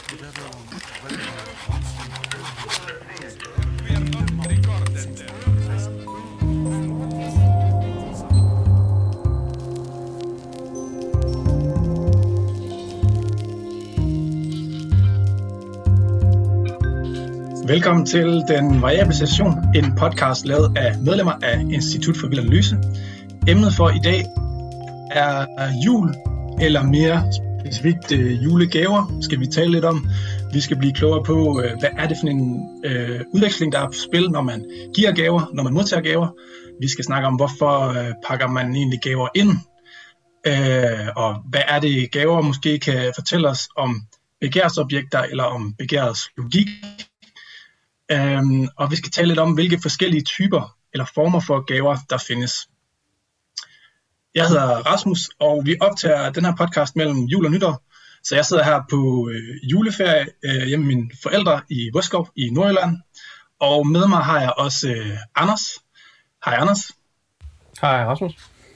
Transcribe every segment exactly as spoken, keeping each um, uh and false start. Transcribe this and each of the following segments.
Velkommen til Den Variable Session, en podcast lavet af medlemmer af Institut for Vild Analyse. Emnet for i dag er jul, eller mere specifikt øh, julegaver, skal vi tale lidt om. Vi skal blive klogere på, øh, hvad er det for en øh, udveksling, der er på spil, når man giver gaver, når man modtager gaver. Vi skal snakke om, hvorfor øh, pakker man egentlig gaver ind, øh, og hvad er det, gaver måske kan fortælle os om begærsobjekter eller om begærets logik. Um, og vi skal tale lidt om, hvilke forskellige typer eller former for gaver, der findes. Jeg hedder Rasmus, og vi optager den her podcast mellem jul og nytår. Så jeg sidder her på øh, juleferie øh, hjemme med mine forældre i Vodskov i Nordjylland. Og med mig har jeg også øh, Anders. Hej Anders. Hej Rasmus.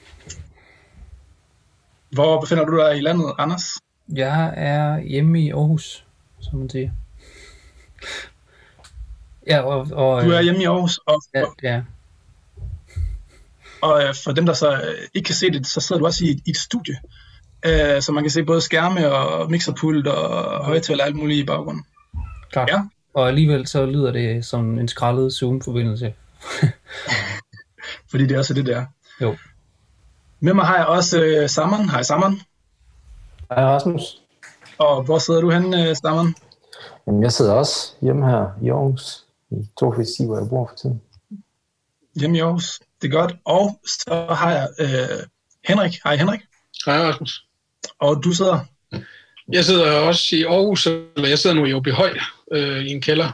Hvor befinder du dig i landet, Anders? Jeg er hjemme i Aarhus, som man siger. Ja, og, og, du er hjemme i Aarhus, og, ja, ja. og for dem, der så ikke kan se det, så sidder du også i et, i et studie, uh, så man kan se både skærme og mixerpult og højtaler og alt muligt i baggrunden. Klart. Ja. Og alligevel så lyder det som en skrællet Zoom-forbindelse. Fordi det er også det, der. Jo. Med mig har jeg også uh, Saman. Hej Saman. Hej Rasmus. Og hvor sidder du henne, uh, Saman? Jamen, jeg sidder også hjemme her i Aarhus. I to ti, hvor jeg bor for tiden. Hjemme i Aarhus, det er godt. Og så har jeg øh, Henrik. Hej Henrik. Hej Rasmus. Og du sidder? Jeg sidder også i Aarhus, eller jeg sidder nu i Åbyhøj øh, i en kælder.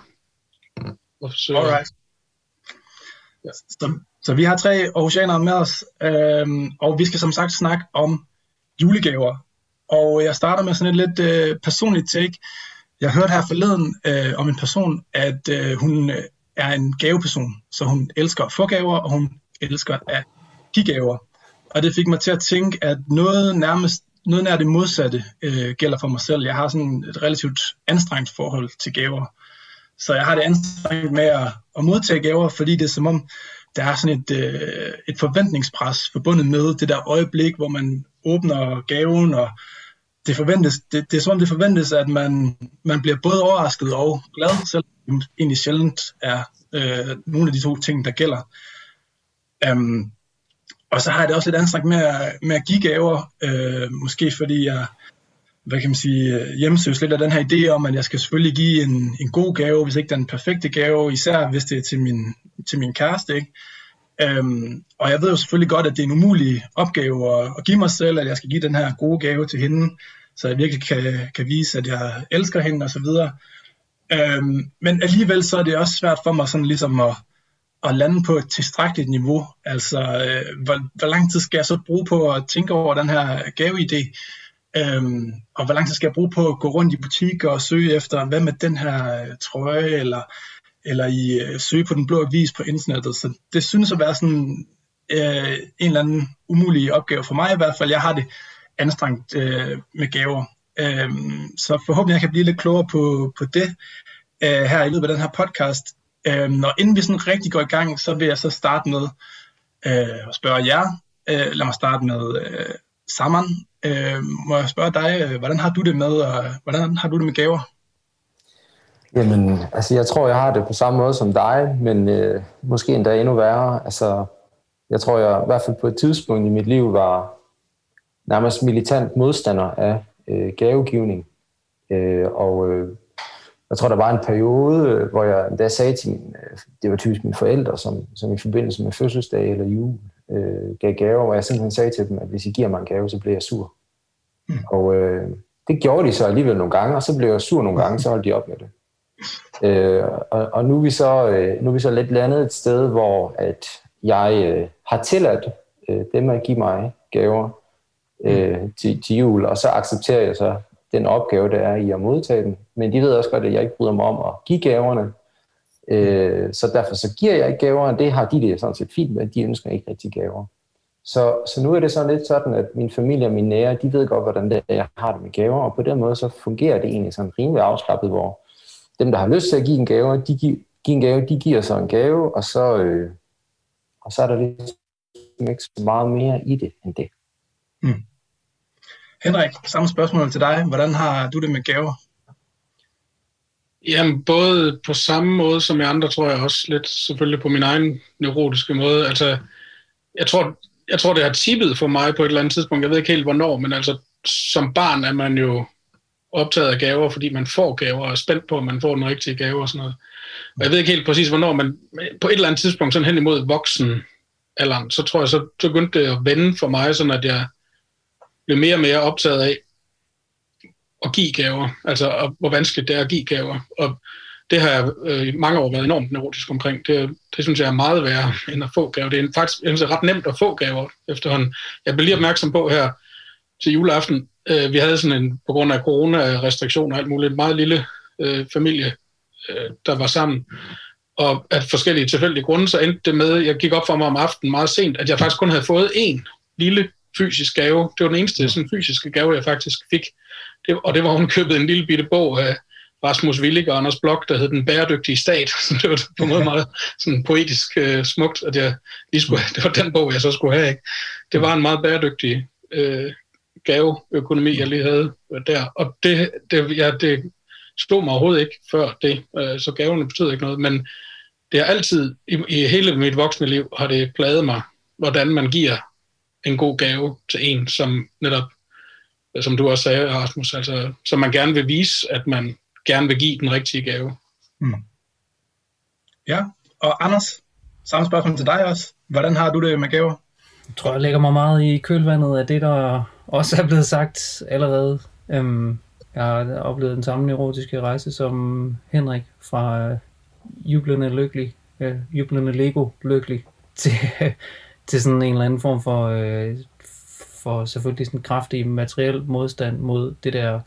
Så, Alright. Ja. Så, så vi har tre aarhusianere med os, øh, og vi skal som sagt snakke om julegaver. Og jeg starter med sådan et lidt øh, personligt take. Jeg hørte her forleden øh, om en person, at øh, hun øh, er en gaveperson, så hun elsker at få gaver, og hun elsker at give gaver. Og det fik mig til at tænke, at noget nærmest noget nær det modsatte øh, gælder for mig selv. Jeg har sådan et relativt anstrengt forhold til gaver. Så jeg har det anstrengt med at, at modtage gaver, fordi det er som om, der er sådan et, øh, et forventningspres forbundet med det der øjeblik, hvor man åbner gaven, og Det, forventes, det, det er som om det forventes, at man, man bliver både overrasket og glad, selvom egentlig sjældent er øh, nogle af de to ting, der gælder. Um, og så har jeg det også lidt anstrengt med at, med at give gaver, øh, måske fordi jeg hvad kan man sige, hjemmesøges lidt af den her idé om, at jeg skal selvfølgelig give en, en god gave, hvis ikke den perfekte gave, især hvis det er til min, til min kæreste, ikke? Um, og jeg ved jo selvfølgelig godt, at det er en umulig opgave at, at give mig selv, at jeg skal give den her gode gave til hende, så jeg virkelig kan, kan vise, at jeg elsker hende og så videre. Um, men alligevel så er det også svært for mig sådan ligesom at, at lande på et tilstrækkeligt niveau. Altså, øh, hvor, hvor lang tid skal jeg så bruge på at tænke over den her gaveidé? Um, og hvor lang tid skal jeg bruge på at gå rundt i butikker og søge efter, hvad med den her trøje, eller eller i øh, søge på den blå avis på internettet. Så det synes at være sådan øh, en eller anden umulig opgave for mig i hvert fald. Jeg har det anstrengt øh, med gaver. Øh, så forhåbentlig jeg kan blive lidt klogere på, på det øh, her i løbet af den her podcast. Øh, og inden vi sådan rigtig går i gang, så vil jeg så starte med øh, at spørge jer. Øh, lad mig starte med øh, Saman. Øh, må jeg spørge dig, øh, hvordan har du det med, og hvordan har du det med gaver? Jamen, altså jeg tror, jeg har det på samme måde som dig, men øh, måske endda endnu værre. Altså, jeg tror, jeg i hvert fald på et tidspunkt i mit liv var nærmest militant modstander af øh, gavegivning. Øh, og øh, jeg tror, der var en periode, hvor jeg endda sagde til min, øh, det var typisk mine forældre, som, som i forbindelse med fødselsdag eller jul øh, gav gaver, hvor jeg simpelthen sagde til dem, at hvis I giver mig en gave, så bliver jeg sur. Mm. Og øh, det gjorde de så alligevel nogle gange, og så blev jeg sur nogle gange, så holdt de op med det. Øh, og, og nu er vi så øh, nu er vi så lidt landet et sted, hvor at jeg øh, har tilladt øh, dem at give mig gaver øh, til, til jul, og så accepterer jeg så den opgave, der er i at modtage dem. Men de ved også godt, at jeg ikke bryder mig om at give gaverne, øh, så derfor så giver jeg ikke gaver, og det har de det sådan set fint med, de ønsker ikke rigtig gaver. Så, så nu er det sådan lidt sådan, at min familie og mine nære, de ved godt, hvordan det er, jeg har det med gaver, og på den måde så fungerer det egentlig sådan rimelig afslappet, hvor dem, der har lyst til at give en gave, de, gi- give en gave, de giver så en gave, og så, øh, og så er der lidt ikke så meget mere i det end det. Mm. Henrik, samme spørgsmål til dig. Hvordan har du det med gaver? Jamen, både på samme måde som jeg andre, tror jeg også lidt selvfølgelig på min egen neurotiske måde. Altså, jeg tror, jeg tror, det har tippet for mig på et eller andet tidspunkt. Jeg ved ikke helt, hvornår, men altså, som barn er man jo optaget af gaver, fordi man får gaver og er spændt på, at man får den rigtige gave og sådan noget. Og jeg ved ikke helt præcis, hvornår, men på et eller andet tidspunkt, sådan hen imod voksenalderen, så tror jeg, så, så begyndte det at vende for mig, sådan at jeg blev mere og mere optaget af at give gaver, altså og hvor vanskeligt det er at give gaver. Og det har jeg øh, i mange år været enormt neurotisk omkring. Det, det synes jeg er meget værre end at få gaver. Det er faktisk jeg synes, det er ret nemt at få gaver efterhånden. Jeg bliver lige opmærksom på her til juleaften. Øh, vi havde sådan en, på grund af corona-restriktioner og alt muligt, en meget lille øh, familie, øh, der var sammen. Og af forskellige tilfældige grunde, så endte det med, jeg gik op for mig om aftenen meget sent, at jeg faktisk kun havde fået én lille fysisk gave. Det var den eneste sådan, fysiske gave, jeg faktisk fik. Det, og det var hun købet en lille bitte bog af Rasmus Willig og Anders Blok, der hed Den bæredygtige stat. Så det var på en måde meget sådan, poetisk uh, smukt, at jeg lige skulle, det var den bog, jeg så skulle have. Ikke? Det var en meget bæredygtig uh, gaveøkonomi, jeg lige havde der. Og det, det, ja, det stod mig overhovedet ikke før det, uh, så gaverne betyder ikke noget. Men det har altid, i, i hele mit voksne liv, har det plaget mig, hvordan man giver en god gave til en, som netop, som du også sagde, Rasmus, altså, som man gerne vil vise, at man gerne vil give den rigtige gave. Hmm. Ja, og Anders, samme spørgsmål til dig også. Hvordan har du det med gaver? Jeg tror, jeg lægger mig meget i kølvandet af det, der også er blevet sagt allerede. Øhm, jeg har oplevet den samme neurotiske rejse som Henrik, fra øh, jublende lykkelig, øh, jublende Lego lykkelig, til, til sådan en eller anden form for, øh, for selvfølgelig sådan kraftig materiel modstand mod det der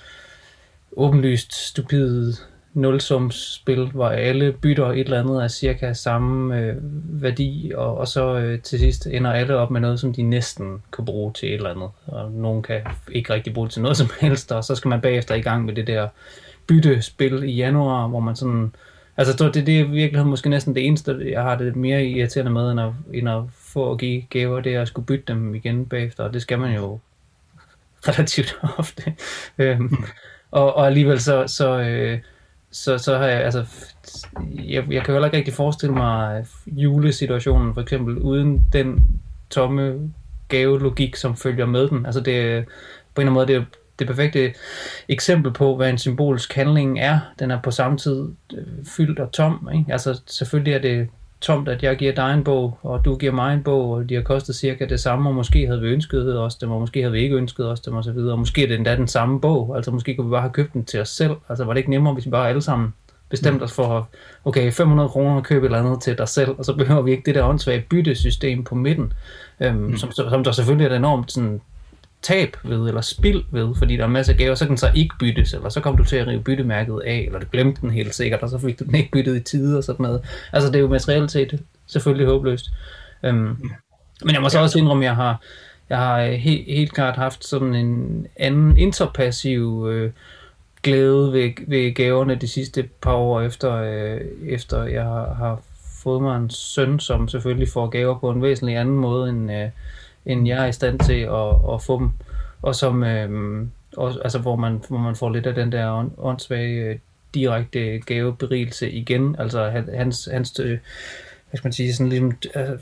åbenlyst stupide nulsumsspil, hvor alle bytter et eller andet af cirka samme øh, værdi, og, og så øh, til sidst ender alle op med noget, som de næsten kan bruge til et eller andet, og nogen kan ikke rigtig bruge det til noget som helst, og så skal man bagefter i gang med det der byttespil i januar, hvor man sådan, altså det, det er i virkeligheden måske næsten det eneste, jeg har det mere irriterende med, end at, end at få og give gaver, det er at skulle bytte dem igen bagefter, og det skal man jo relativt ofte. øhm, Og, og alligevel så, så, øh, så, så har jeg, altså, jeg, jeg kan heller ikke rigtig forestille mig julesituationen, for eksempel, uden den tomme gavelogik, som følger med den. Altså det på en eller anden måde, det er det perfekte eksempel på, hvad en symbolsk handling er. Den er på samme tid fyldt og tom, ikke? Altså selvfølgelig er det tomt, at jeg giver dig en bog, og du giver mig en bog, og de har kostet cirka det samme, og måske havde vi ønsket os dem, og måske havde vi ikke ønsket os dem, og så videre. Og måske er det endda den samme bog, altså måske kunne vi bare have købt den til os selv. Altså var det ikke nemmere, hvis vi bare alle sammen bestemte os for, okay, fem hundrede kroner at købe et eller andet til dig selv, og så behøver vi ikke det der åndssvage byttesystem på midten, øhm, mm. som, som der selvfølgelig er et enormt sådan, tab ved, eller spild ved, fordi der er masser af gaver, så kan den så ikke byttes, eller så kommer du til at rive byttemærket af, eller du glemte den helt sikkert, og så fik du den ikke byttet i tide og sådan noget. Altså det er jo materielt set selvfølgelig håbløst. Øhm, men jeg må så også indrømme, at jeg har, jeg har helt, helt klart haft sådan en anden interpassiv øh, glæde ved, ved gaverne de sidste par år efter, øh, efter jeg har, har fået mig en søn, som selvfølgelig får gaver på en væsentlig anden måde, end, øh, end jeg er i stand til at, at få dem. Og som, øh, og, altså, hvor, man, hvor man får lidt af den der ånd, åndssvage øh, direkte gaveberigelse igen. Altså hans, hans øh, hvad skal man sige, sådan ligesom, øh,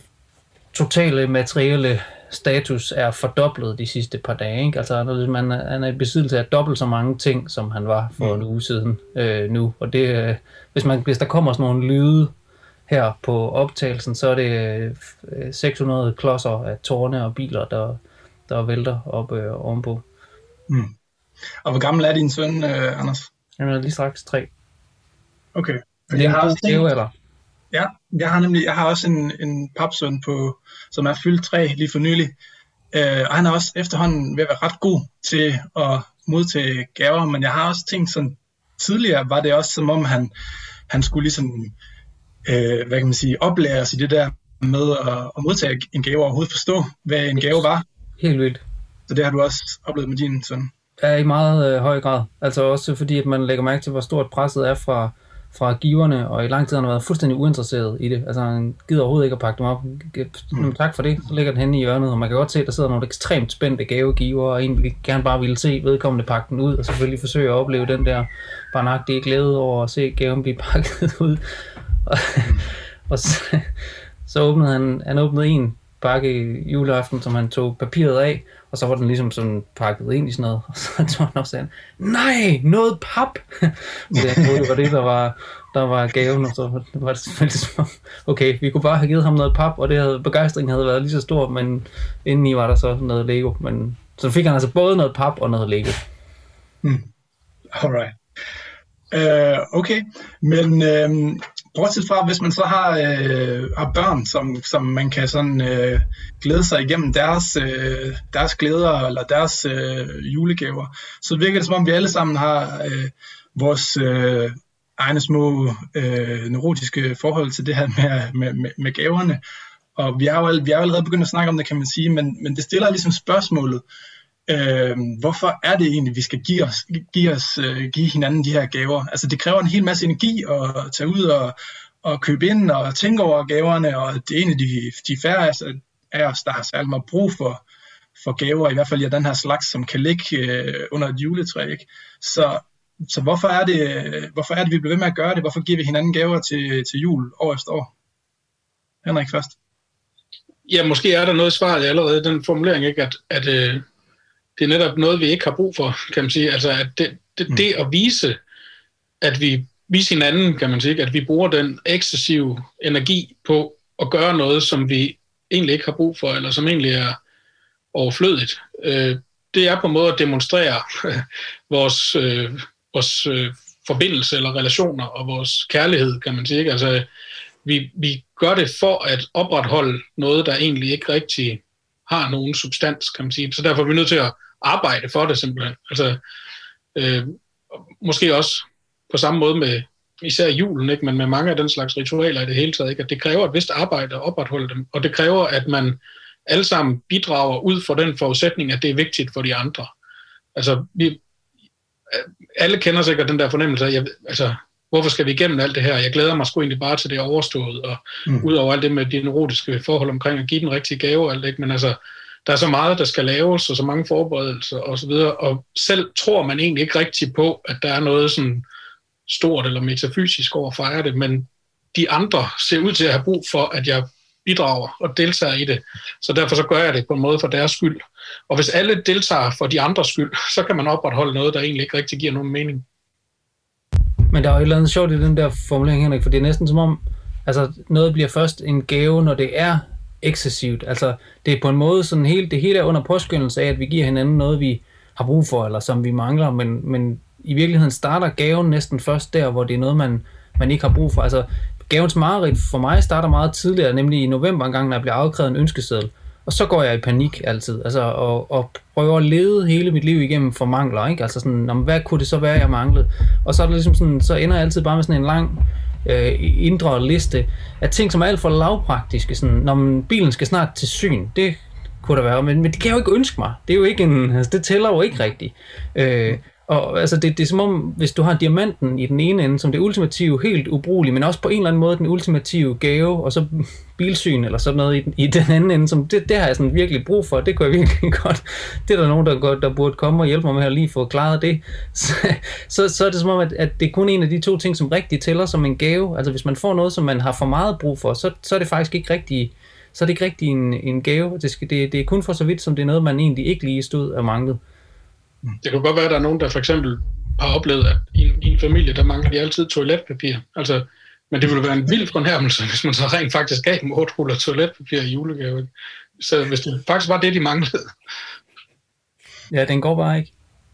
totale materielle status er fordoblet de sidste par dage. Ikke? Altså han er, han er i besiddelse af dobbelt så mange ting, som han var for mm. en uge siden øh, nu. Og det, øh, hvis, man, hvis der kommer sådan nogle lyde her på optagelsen, så er det øh, seks hundrede klodser af tårne og biler, der, der vælter op øh, ovenpå. Mm. Og hvor gammel er din søn, øh, Anders? Han er lige straks tre. Okay. Det er en god gave, eller? Ja, jeg har nemlig, jeg har også en, en papsøn på, som er fyldt tre lige for nylig, øh, og han er også efterhånden ved at være ret god til at modtage gaver, men jeg har også tænkt sådan, tidligere var det også som om han, han skulle ligesom, øh, hvad kan man sige, oplæres i det der med at, at modtage en gave og overhovedet forstå, hvad en gave var. Helt vildt. Så det har du også oplevet med din søn? Ja, i meget øh, høj grad. Altså også fordi, at man lægger mærke til, hvor stort presset er fra, fra giverne, og i lang tid har han været fuldstændig uinteresseret i det. Altså han gider overhovedet ikke at pakke dem op. Mm. Tak for det, så ligger den henne i hjørnet, og man kan godt se, at der sidder nogle ekstremt spændte gavegiver, og en vil gerne bare ville se vedkommende pakke den ud, og selvfølgelig forsøge at opleve den der barnagtige glæde over at se gaven blive pakket ud. Og, og så, så åbnede han, han åbnede en pakke juleaften, som han tog papiret af, og så var den ligesom sådan pakket ind i sådan noget, og så tog han op og sagde, nej, noget pap! Så jeg troede, det var det, der var, der var gaven, og så var det selvfølgelig som, okay, vi kunne bare have givet ham noget pap, og det havde, begejstringen havde været lige så stor, men indeni var der så noget Lego, men så fik han altså både noget pap og noget Lego. Hmm. Alright. Uh, okay, men uh, bortset fra, hvis man så har, uh, har børn, som, som man kan sådan uh, glæde sig igennem deres, uh, deres glæder eller deres uh, julegaver, så virker det som om vi alle sammen har uh, vores uh, egne små uh, neurotiske forhold til det her med, med, med, med gaverne. Og vi er, jo, vi er jo allerede begyndt at snakke om det, kan man sige, men, men det stiller ligesom spørgsmålet, Øh, hvorfor er det egentlig, vi skal give os, give, os, øh, give hinanden de her gaver? Altså det kræver en hel masse energi at tage ud og, og købe ind og tænke over gaverne, og det er egentlig de, de færre af os, der har særlig meget brug for, for gaver, i hvert fald i den her slags, som kan ligge øh, under et juletræ. Ikke? Så, så hvorfor, er det, hvorfor er det, vi bliver ved med at gøre det? Hvorfor giver vi hinanden gaver til, til jul år efter år? Henrik først. Ja, måske er der noget svar allerede i den formulering, ikke? At, at øh... det er netop noget, vi ikke har brug for, kan man sige. Altså, at det, det, det at vise, at vi viser hinanden, kan man sige, at vi bruger den ekscessive energi på at gøre noget, som vi egentlig ikke har brug for, eller som egentlig er overflødigt. Det er på en måde at demonstrere vores, vores forbindelse eller relationer og vores kærlighed, kan man sige. Altså, vi, vi gør det for at opretholde noget, der egentlig ikke rigtig har nogen substans, kan man sige. Så derfor er vi nødt til at arbejde for det simpelthen. Altså, øh, måske også på samme måde med især julen, ikke? Men med mange af den slags ritualer i det hele taget, ikke? At det kræver et vist arbejde at opretholde dem, og det kræver, at man alle sammen bidrager ud fra den forudsætning, at det er vigtigt for de andre. Altså, vi, alle kender sikkert den der fornemmelse af, jeg, altså, hvorfor skal vi igennem alt det her? Jeg glæder mig sgu egentlig bare til det overstået, og mm. ud over alt det med de neurotiske forhold omkring at give den rigtige gave, alt det, men altså, der er så meget, der skal laves, og så mange forberedelser og så videre, og selv tror man egentlig ikke rigtigt på, at der er noget sådan stort eller metafysisk over at fejre det, men de andre ser ud til at have brug for, at jeg bidrager og deltager i det, så derfor så gør jeg det på en måde for deres skyld. Og hvis alle deltager for de andres skyld, så kan man opretholde noget, der egentlig ikke rigtig giver nogen mening. Men der er jo et eller andet sjovt i den der formulering, Henrik, for det er næsten som om, altså noget bliver først en gave, når det er ekscessivt. Altså det er på en måde sådan helt, det hele er under påskyndelse af, at vi giver hinanden noget, vi har brug for, eller som vi mangler, men, men i virkeligheden starter gaven næsten først der, hvor det er noget, man, man ikke har brug for. Altså gavens mareridt for mig starter meget tidligere, nemlig i november engang, når jeg bliver afkrævet en ønskeseddel. Og så går jeg i panik altid, altså, og, og prøver at lede hele mit liv igennem for mangler, ikke? Altså sådan, om, hvad kunne det så være, jeg manglede? Og så er det ligesom sådan, så ender jeg altid bare med sådan en lang øh, indre liste af ting, som er alt for lavpraktiske, sådan, når bilen skal snart til syn, det kunne der være, men, men det kan jeg jo ikke ønske mig, det er jo ikke en, altså, det tæller jo ikke rigtigt. Øh, Og altså det, det er som om, hvis du har diamanten i den ene ende, som det ultimative, helt ubrugelige, men også på en eller anden måde den ultimative gave, og så bilsyn eller sådan noget i den, i den anden ende, som det, det har jeg sådan virkelig brug for, det kunne jeg virkelig godt. Det er der nogen, der, godt, der burde komme og hjælpe mig med at lige få klaret det. Så, så, så er det som om, at, at det er kun en af de to ting, som rigtig tæller som en gave. Altså hvis man får noget, som man har for meget brug for, så, så er det faktisk ikke rigtig, så er det ikke rigtig en, en gave. Det, skal, det, det er kun for så vidt, som det er noget, man egentlig ikke lige stod og manglede. Det kan godt være, at der er nogen, der for eksempel har oplevet, at i en, i en familie, der mangler de altid toiletpapir. Altså, men det ville være en vild fornærmelse, hvis man så rent faktisk gav dem otte ruller toiletpapir i julegave. Så hvis det faktisk var det, de manglede. Ja, den går bare ikke.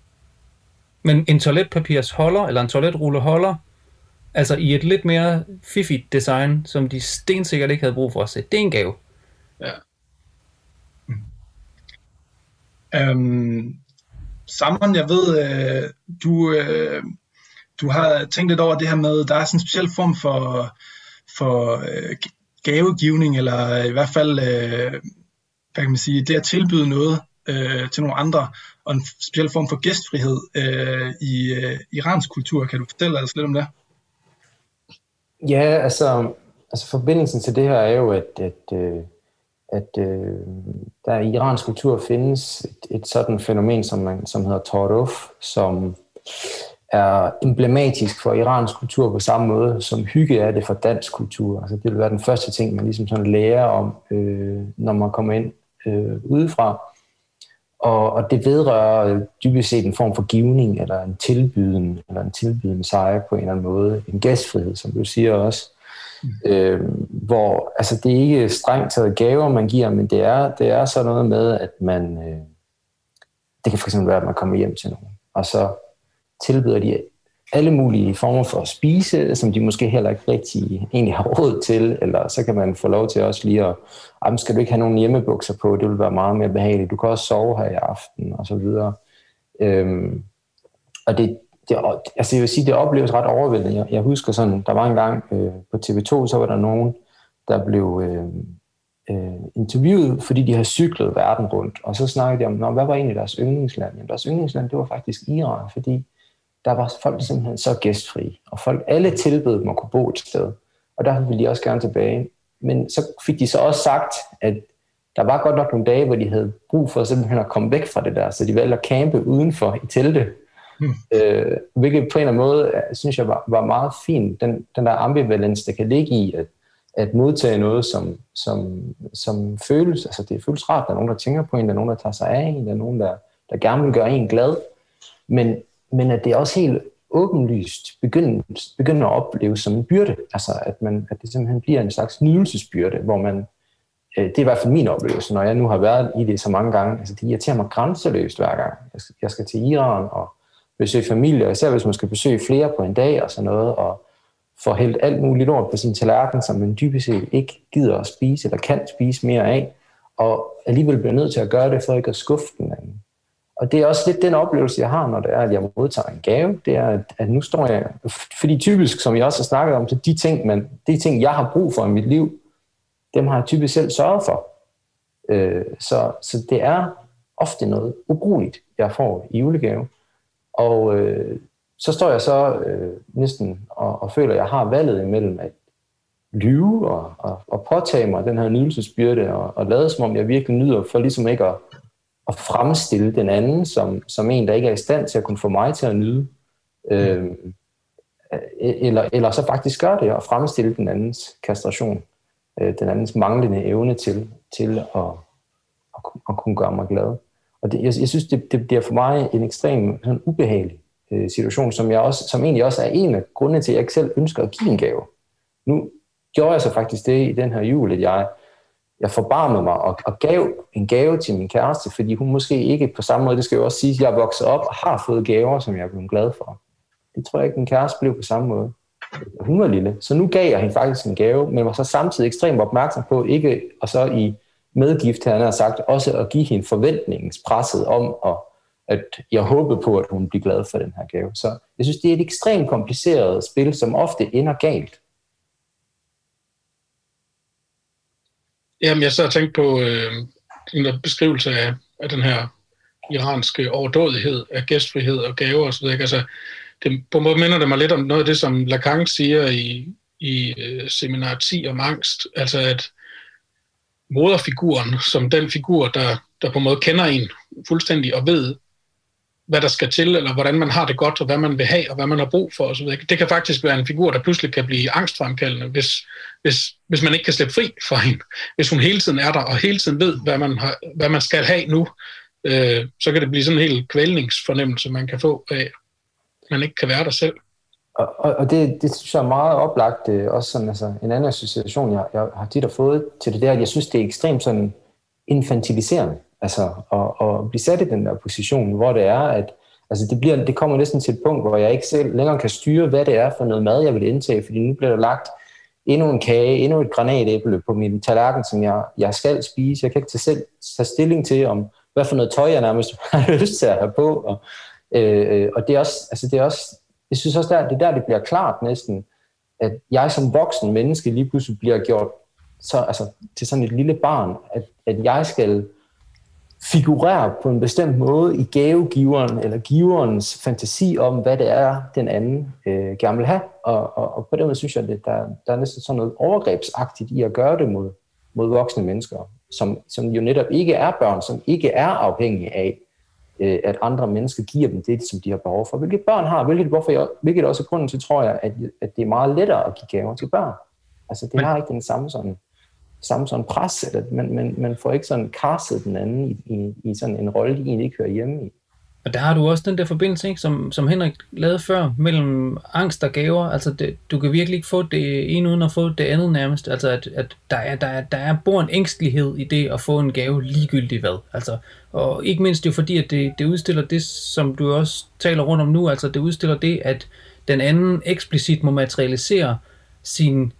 Men en toiletpapirs holder, eller en toiletrulle holder, altså i et lidt mere fiffigt design, som de stensikkert ikke havde brug for at se, det er en gave. Ja. Um Sammen, jeg ved, øh, du, øh, du har tænkt lidt over det her med, der er sådan en speciel form for, for øh, gavegivning, eller i hvert fald, øh, hvad kan man sige, det at tilbyde noget øh, til nogle andre, og en speciel form for gæstfrihed øh, i øh, iransk kultur. Kan du fortælle os lidt om det? Ja, altså, altså forbindelsen til det her er jo, at, at, øh, at øh, der i iransk kultur findes et, et sådan fænomen, som, man, som hedder ta'aruf, som er emblematisk for iransk kultur på samme måde, som hygge er det for dansk kultur. Altså, det vil være den første ting, man ligesom sådan lærer om, øh, når man kommer ind øh, udefra. Og, og det vedrører dybest set en form for givning, eller en tilbyden, eller en tilbyden sejr på en eller anden måde. En gæstfrihed, som du siger også. Mm. Øh, hvor, altså det er ikke strengt taget gaver, man giver, men det er, det er så noget med, at man, øh, det kan fx være, at man kommer hjem til nogen, og så tilbyder de alle mulige former for at spise, som de måske heller ikke rigtig egentlig har råd til, eller så kan man få lov til også lige at, jamen, skal du ikke have nogen hjemmebukser på, det vil være meget mere behageligt, du kan også sove her i aften, og så videre. Øhm, og det, det, altså jeg vil sige, det opleves ret overvældende. Jeg, jeg husker sådan, der var en gang øh, på T V to, så var der nogen, der blev øh, øh, interviewet, fordi de havde cyklet verden rundt, og så snakkede de om, Nå, hvad var egentlig deres yndlingsland? Jamen, deres yndlingsland, det var faktisk Iran, fordi der var folk simpelthen så gæstfrie, og folk, alle tilbød dem at kunne bo et sted, og der ville de også gerne tilbage. Men så fik de så også sagt, at der var godt nok nogle dage, hvor de havde brug for simpelthen at komme væk fra det der, så de valgte at campe udenfor i telte, mm. øh, hvilket på en eller anden måde, synes jeg var, var meget fint, den, den der ambivalens, der kan ligge i, at, at modtage noget, som, som, som føles, altså det føles rart, der er nogen, der tænker på en, der er nogen, der tager sig af en, der er nogen, der, der gerne vil gøre en glad, men men at det også helt åbenlyst begynder, begynder at opleves som en byrde. Altså at, man, at det simpelthen bliver en slags nydelsesbyrde, hvor man, øh, det er i hvert fald min oplevelse, når jeg nu har været i det så mange gange, altså det irriterer mig grænseløst hver gang. Jeg skal, jeg skal til Iran og besøge familie, og især hvis man skal besøge flere på en dag og sådan noget, og få hældt alt muligt lort på sin tallerken, som man dybest set ikke gider at spise, eller kan spise mere af, og alligevel bliver nødt til at gøre det, for ikke at skuffe den anden. Og det er også lidt den oplevelse, jeg har, når det er, at jeg modtager en gave. Det er, at, at nu står jeg... Fordi typisk, som jeg også har snakket om, så de ting, man, de ting, jeg har brug for i mit liv, dem har jeg typisk selv sørget for. Øh, så, så det er ofte noget ubrugeligt, jeg får i julegave. Og øh, så står jeg så øh, næsten og, og føler, at jeg har valget imellem at lyve og, og, og påtage mig den her nydelsesbyrde og, og lade som om, jeg virkelig nyder, for ligesom ikke at at fremstille den anden som, som en, der ikke er i stand til at kunne få mig til at nyde. Øh, eller, eller så faktisk gøre det og fremstille den andens kastration, øh, den andens manglende evne til, til at, at, at kunne gøre mig glad. Og det, jeg, jeg synes, det, det bliver for mig en ekstrem sådan ubehagelig øh, situation, som, jeg også, som egentlig også er en af grundene til, at jeg ikke selv ønsker at give en gave. Nu gjorde jeg så faktisk det i den her jul, at jeg Jeg forbarmede mig og, og gav en gave til min kæreste, fordi hun måske ikke på samme måde, det skal jo også sige, at jeg er vokset op og har fået gaver, som jeg er blevet glad for. Det tror jeg ikke, min kæreste blev på samme måde. Hun var lille. Så nu gav jeg hende faktisk en gave, men var så samtidig ekstremt opmærksom på, ikke, og så i medgift, han har sagt, også at give hende forventningspresset om, og at jeg håbede på, at hun blev glad for den her gave. Så jeg synes, det er et ekstremt kompliceret spil, som ofte ender galt. Jamen, jeg så har tænkt på øh, en beskrivelse af, af den her iranske overdådighed af gæstfrihed og gaver og så videre. Altså, det, på en måde minder det mig lidt om noget af det, som Lacan siger i, i øh, seminar ti om angst. Altså, at moderfiguren, som den figur, der, der på en måde kender en fuldstændig og ved, hvad der skal til, eller hvordan man har det godt, og hvad man vil have, og hvad man har brug for osv. Det kan faktisk være en figur, der pludselig kan blive angstfremkaldende, hvis, hvis, hvis man ikke kan slippe fri fra hende. Hvis hun hele tiden er der, og hele tiden ved, hvad man, har, hvad man skal have nu, øh, så kan det blive sådan en helt kvælningsfornemmelse, man kan få af, man ikke kan være der selv. Og, og, og det, det synes jeg er meget oplagt, også sådan, altså, en anden association, jeg, jeg har tit fået til det der, at jeg synes, det er ekstremt sådan infantiliserende. Altså at, at blive sat i den der position, hvor det er, at altså det, bliver, det kommer næsten til et punkt, hvor jeg ikke selv længere kan styre, hvad det er for noget mad, jeg vil indtage, fordi nu bliver der lagt endnu en kage, endnu et granatæble på min tallerken, som jeg, jeg skal spise. Jeg kan ikke tage, selv, tage stilling til, om hvad for noget tøj, jeg nærmest har lyst til at have på. Og, øh, og det er også, altså det er også, jeg synes også, der, det er der, det bliver klart næsten, at jeg som voksen menneske lige pludselig bliver gjort så, altså, til sådan et lille barn, at, at jeg skal figurere på en bestemt måde i gavegiveren eller giverens fantasi om, hvad det er, den anden øh, gerne vil have. Og, og, og på den måde synes jeg, at der, der er næsten sådan noget overgrebsagtigt i at gøre det mod, mod voksne mennesker, som, som jo netop ikke er børn, som ikke er afhængige af, øh, at andre mennesker giver dem det, som de har behov for. Hvilket børn har, hvilket, hvorfor jeg, hvilket også er grunden til, tror jeg, at, at det er meget lettere at give gaver til børn. Altså, det har ikke den samme sådan... samme sådan pres, eller man, man, man får ikke sådan castet den anden i, i, i sådan en rolle, de egentlig ikke hører hjemme i. Og der har du også den der forbindelse, ikke, som, som Henrik lavede før, mellem angst og gaver. Altså, det, du kan virkelig ikke få det ene uden at få det andet nærmest. Altså, at, at der, er, der, er, der er bor en ængstelighed i det at få en gave ligegyldigt hvad. Altså, og ikke mindst jo fordi, at det, det udstiller det, som du også taler rundt om nu. Altså, det udstiller det, at den anden eksplicit må materialisere sin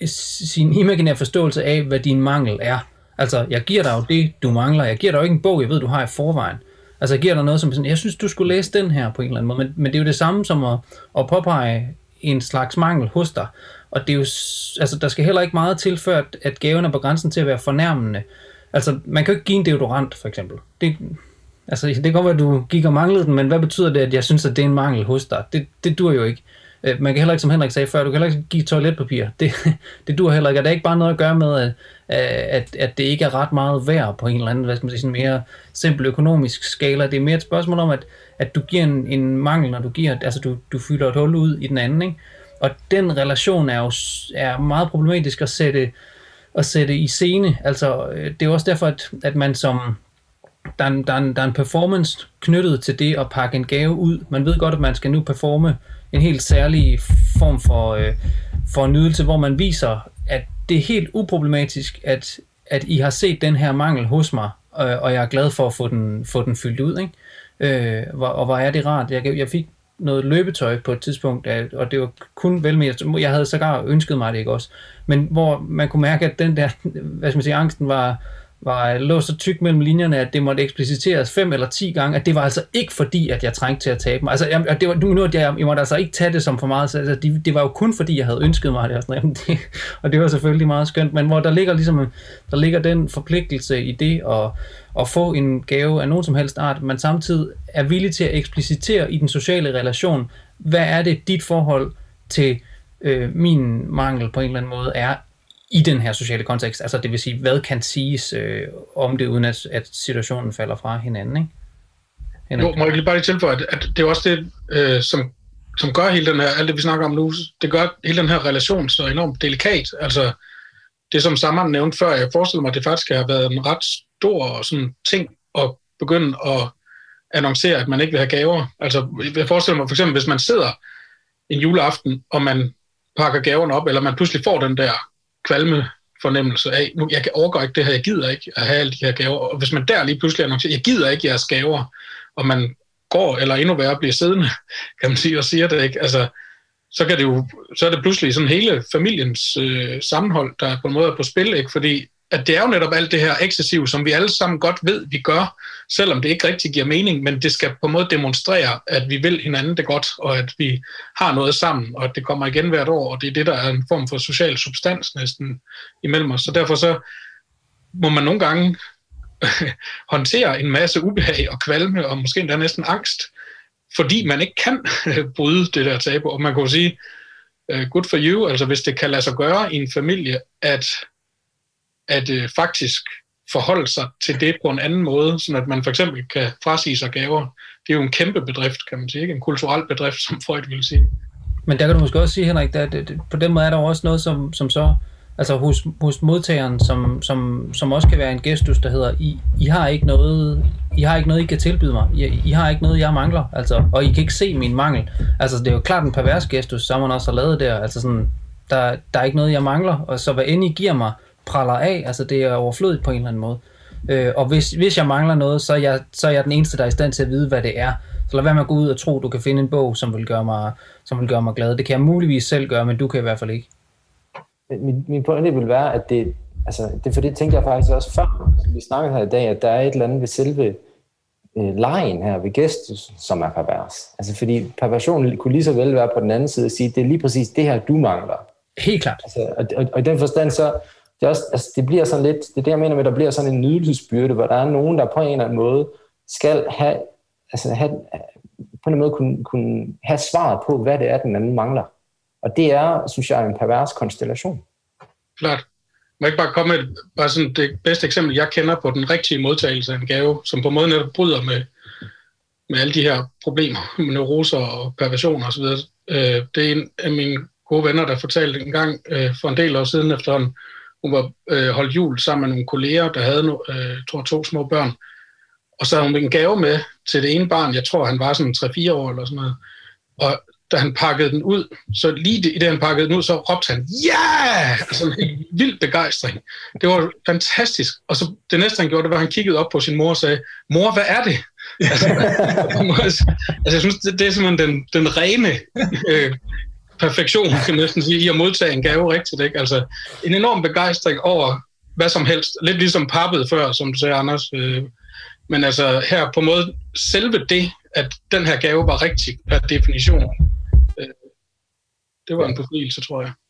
sin imaginære forståelse af, hvad din mangel er. Altså, jeg giver dig jo det, du mangler. Jeg giver dig jo ikke en bog, jeg ved, du har i forvejen. Altså, jeg giver dig noget som sådan, jeg synes, du skulle læse den her på en eller anden måde. Men, men det er jo det samme som at, at påpege en slags mangel hos dig. Og det er jo, altså, der skal heller ikke meget til, før at, at gaven er på grænsen til at være fornærmende. Altså, man kan jo ikke give en deodorant, for eksempel. Det, altså, det kan godt være, at du gik og manglede den, men hvad betyder det, at jeg synes, at det er en mangel hos dig? Det, det dur jo ikke. Man kan heller ikke, som Henrik sagde før, du kan heller ikke give toiletpapir. Det, det dur heller ikke. Og det er ikke bare noget at gøre med, at, at, at det ikke er ret meget værd på en eller anden, hvad skal man sige, sådan mere simpel økonomisk skala. Det er mere et spørgsmål om, at, at du giver en, en mangel, når du giver, altså du, du fylder et hul ud i den anden, ikke? Og den relation er jo er meget problematisk at sætte, at sætte i scene. Altså, det er jo også derfor, at, at man som... Der er, en, der, er en, der er en performance knyttet til det at pakke en gave ud. Man ved godt, at man skal nu performe en helt særlig form for, øh, for en nydelse, hvor man viser, at det er helt uproblematisk, at, at I har set den her mangel hos mig, øh, og jeg er glad for at få den, få den fyldt ud. Ikke? Øh, og, og hvor er det rart. Jeg, jeg fik noget løbetøj på et tidspunkt, og det var kun vel mere, jeg havde sågar ønsket mig det, ikke også, men hvor man kunne mærke, at den der, hvad skal man sige, angsten var, var lå så tyk mellem linjerne, at det måtte ekspliciteres fem eller ti gange, at det var altså ikke fordi, at jeg trængte til at tabe mig. Altså, jeg, det var, nu, at jeg, jeg måtte altså ikke tage det som for meget, så altså, det, det var jo kun fordi, jeg havde ønsket mig det, og, sådan, det, og det var selvfølgelig meget skønt, men hvor der ligger ligesom, der ligger den forpligtelse i det, at, at få en gave af nogen som helst art, man samtidig er villig til at eksplicitere i den sociale relation, hvad er det, dit forhold til øh, min mangel på en eller anden måde er, i den her sociale kontekst, altså det vil sige, hvad kan siges øh, om det, uden at, at situationen falder fra hinanden, ikke? Henrik? Jo, må jeg lige bare lige tilføje, at, at det er også det, øh, som, som gør hele den her, alt det vi snakker om nu, det gør hele den her relation så enormt delikat. Altså, det som Saman nævnte før, jeg forestiller mig, at det faktisk har været en ret stor sådan, ting at begynde at annoncere, at man ikke vil have gaver. Altså, jeg forestiller mig for eksempel, hvis man sidder en juleaften, og man pakker gaverne op, eller man pludselig får den der kvalme fornemmelse af, nu, jeg overgår ikke det her, jeg gider ikke at have alle de her gaver, og hvis man der lige pludselig annoncerer, jeg gider ikke jeres gaver, og man går, eller endnu værre, bliver siddende, kan man sige, og siger det ikke, altså, så, kan det jo, så er det pludselig sådan hele familiens øh, sammenhold, der på en måde er på spil, ikke? Fordi at det er jo netop alt det her ekscessive, som vi alle sammen godt ved, vi gør, selvom det ikke rigtig giver mening, men det skal på en måde demonstrere, at vi vil hinanden det godt, og at vi har noget sammen, og at det kommer igen hvert år, og det er det, der er en form for social substans næsten imellem os. Så derfor så må man nogle gange håndtere en masse ubehag og kvalme, og måske endda næsten angst, fordi man ikke kan bryde det der tabu. Og man kan jo sige, good for you, altså hvis det kan lade sig gøre i en familie, at at øh, faktisk forholde sig til det på en anden måde, så at man for eksempel kan frasige sig gaver. Det er jo en kæmpe bedrift, kan man sige, ikke? En kulturel bedrift, som Freud ville sige. Men der kan du måske også sige, Henrik, at det, det, på den måde er der også noget, som, som så, altså hos, hos modtageren, som, som, som også kan være en gestus, der hedder, I, I har ikke noget, I har ikke noget, I kan tilbyde mig. I, I har ikke noget, jeg mangler, altså, og I kan ikke se min mangel. Altså, det er jo klart en pervers gestus, som man også har lavet der. Altså sådan, der, der er ikke noget, jeg mangler, og så hvad end I giver mig, praller af, altså det er overflødigt på en eller anden måde. Øh, og hvis, hvis jeg mangler noget, så er, jeg, så er jeg den eneste, der er i stand til at vide, hvad det er. Så lad være med at gå ud og tro, du kan finde en bog, som vil gøre mig, som vil gøre mig glad. Det kan jeg muligvis selv gøre, men du kan i hvert fald ikke. Min, min pointe vil være, at det, altså, det for det tænkte jeg faktisk også før, vi snakkede her i dag, at der er et eller andet ved selve øh, lejen her ved gestus, som er pervers. Altså fordi perversionen kunne lige så vel være på den anden side og sige, det er lige præcis det her, du mangler. Helt klart. Altså, og, og, og i den forstand så det, er også, altså, det bliver sådan lidt, det er det, jeg mener med, der bliver sådan en nydelsesbyrde, hvor der er nogen, der på en eller anden måde skal have, altså have, på en eller anden måde kunne, kunne have svaret på, hvad det er, den anden mangler. Og det er, synes jeg, en pervers konstellation. Klart. Må jeg ikke bare komme med bare sådan det bedste eksempel, jeg kender på den rigtige modtagelse af en gave, som på en måde netop bryder med, med alle de her problemer, med neuroser og perversioner osv. Øh, det er en af mine gode venner, der fortalte en gang øh, for en del år siden efterhånden, hun var øh, holdt jul sammen med nogle kolleger, der havde no, øh, tror, to små børn. Og så havde hun en gave med til det ene barn, jeg tror han var sådan tre fire år eller sådan noget. Og da han pakkede den ud, så lige i det han pakkede den ud, så råbte han, ja! Yeah! Altså en vild begejstring. Det var fantastisk. Og så det næste han gjorde, det var, at han kiggede op på sin mor og sagde, mor, hvad er det? altså, altså jeg synes, det, det er simpelthen den, den rene øh, perfektion, kan man næsten sige, i at modtage en gave rigtigt. Ikke? Altså en enorm begejstring over hvad som helst. Lidt ligesom pappet før, som du sagde, Anders. Øh, men altså her på måde, selve det, at den her gave var rigtig per definition. Øh, det var en befrielse, tror jeg.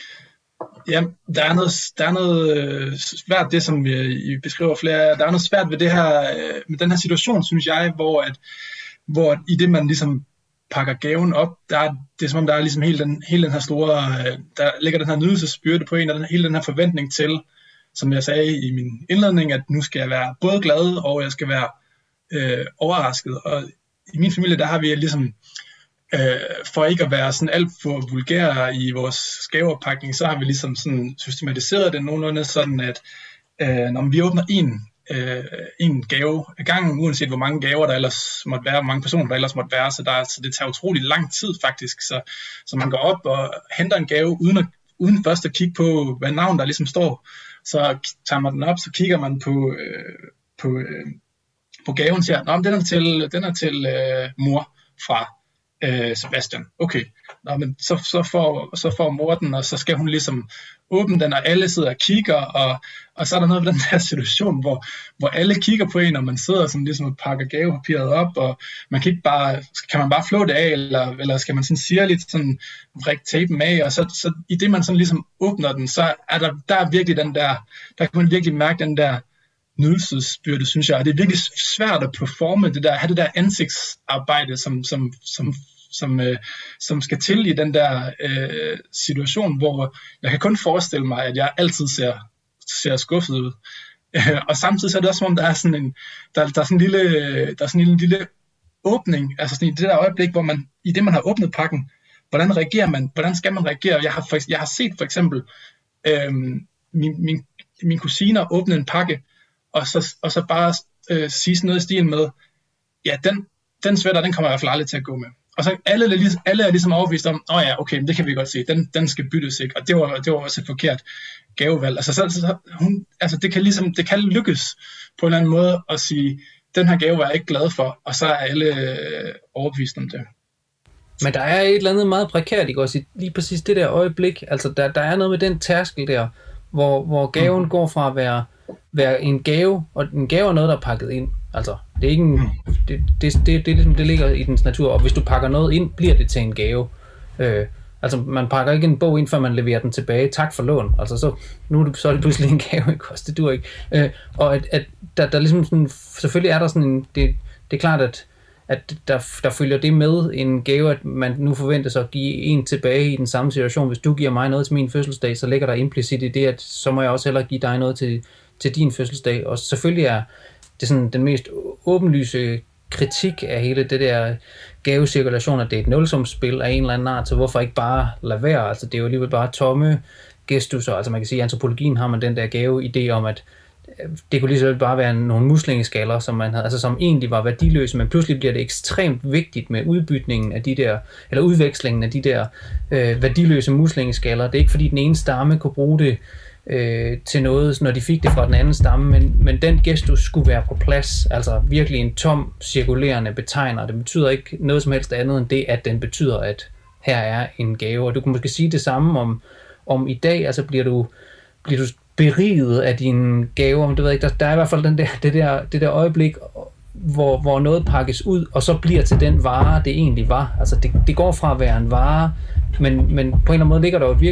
Ja, der er noget, der er noget øh, svært, det som vi, I beskriver flere, der er noget svært ved det her, øh, med den her situation, synes jeg, hvor, at, hvor i det, man ligesom pakker gaven op, der er, det er som om, der er ligesom hele den, hele den her store, øh, der ligger den her nydelsesbyrde på en, og den, hele den her forventning til, som jeg sagde i min indledning, at nu skal jeg være både glad, og jeg skal være øh, overrasket, og i min familie, der har vi ligesom, øh, for ikke at være sådan alt for vulgære i vores gaveoppakning, så har vi ligesom sådan systematiseret det nogenlunde sådan, at øh, når vi åbner en, øh, en gave ad gangen, uanset hvor mange gaver der ellers måtte være, hvor mange personer der ellers måtte være, så, der, så det tager utrolig lang tid faktisk, så, så man går op og henter en gave, uden, at, uden først at kigge på, hvad navn der ligesom står, så tager man den op, så kigger man på, øh, på øh, på gaven, og siger, den er til, den er til øh, mor fra øh, Sebastian. Okay, Nå, men så, så, får, så får mor den, og så skal hun ligesom åbne den, og alle sidder og kigger, og, og så er der noget ved den der situation, hvor, hvor alle kigger på en, og man sidder sådan ligesom og pakker gavepapiret op, og man kan ikke bare, kan man bare flå det af, eller, eller skal man sådan sirligt sådan vrikke tapen af, og så, så i det man sådan ligesom åbner den, så er der, der er virkelig den der, der kan man virkelig mærke den der nydelsesbyrde, synes jeg, og det er virkelig svært at performe det der, have det der ansigtsarbejde, som, som, som, som, øh, som skal til i den der øh, situation, hvor jeg kan kun forestille mig, at jeg altid ser, ser skuffet ud. Øh, og samtidig så er det også som om, der er sådan en, der, der er sådan en lille, der er sådan en lille åbning, altså sådan i det der øjeblik, hvor man, i det man har åbnet pakken, hvordan reagerer man, hvordan skal man reagere? Jeg har, for, jeg har set for eksempel øh, min, min, min kusiner åbne en pakke, Og så, og så bare øh, sige sådan noget i stil med, ja, den, den sweater, den kommer jeg i hvert fald aldrig til at gå med. Og så alle, alle er ligesom overbevist om, åh ja, okay, det kan vi godt se, den, den skal byttes, ikke? Og det var, det var også et forkert gavevalg. Altså, så, så, hun, altså det, kan ligesom, det kan lykkes på en eller anden måde at sige, den her gave var jeg ikke glad for, og så er alle øh, overbevist om det. Men der er et eller andet meget prekært, ikke også? Lige præcis det der øjeblik, altså der, der er noget med den tærskel der, hvor, hvor gaven mm. går fra at være være en gave, og en gave er noget, der er pakket ind. Altså, det er ikke en, det, det, det, det, det, det ligger i dens natur, og hvis du pakker noget ind, bliver det til en gave. Øh, altså, man pakker ikke en bog ind, før man leverer den tilbage. Tak for lån. Altså, så, nu er det, så er det pludselig en gave, ikke også? Det dur ikke. Øh, og at, at der, der ligesom sådan, selvfølgelig er der sådan en, det, det er klart, at, at der, der følger det med en gave, at man nu forventer sig at give en tilbage i den samme situation. Hvis du giver mig noget til min fødselsdag, så ligger der implicit i det, at så må jeg også hellere give dig noget til til din fødselsdag, og selvfølgelig er det sådan den mest åbenlyse kritik af hele det der gavecirkulation, at det er et nulsumsspil af en eller anden art, så hvorfor ikke bare lade være? Altså det er jo alligevel bare tomme gestusser, altså man kan sige, i antropologien har man den der gave idé om, at det kunne lige så bare være nogle muslingeskaller, som man havde, altså som egentlig var værdiløse, men pludselig bliver det ekstremt vigtigt med udbytningen af de der, eller udvekslingen af de der øh, værdiløse muslingeskaller. Det er ikke fordi den ene stamme kunne bruge det Øh, til noget, når de fik det fra den anden stamme, men, men den gestus skulle være på plads, altså virkelig en tom, cirkulerende betegner. Det betyder ikke noget som helst andet end det, at den betyder, at her er en gave, og du kan måske sige det samme om, om i dag, altså bliver du, bliver du beriget af dine gaver, men du ved ikke, der, der er i hvert fald den der, det, der, det der øjeblik, hvor, hvor noget pakkes ud, og så bliver til den vare, det egentlig var. Altså det, det går fra at være en vare, men, men på en eller anden måde ligger der jo virkelig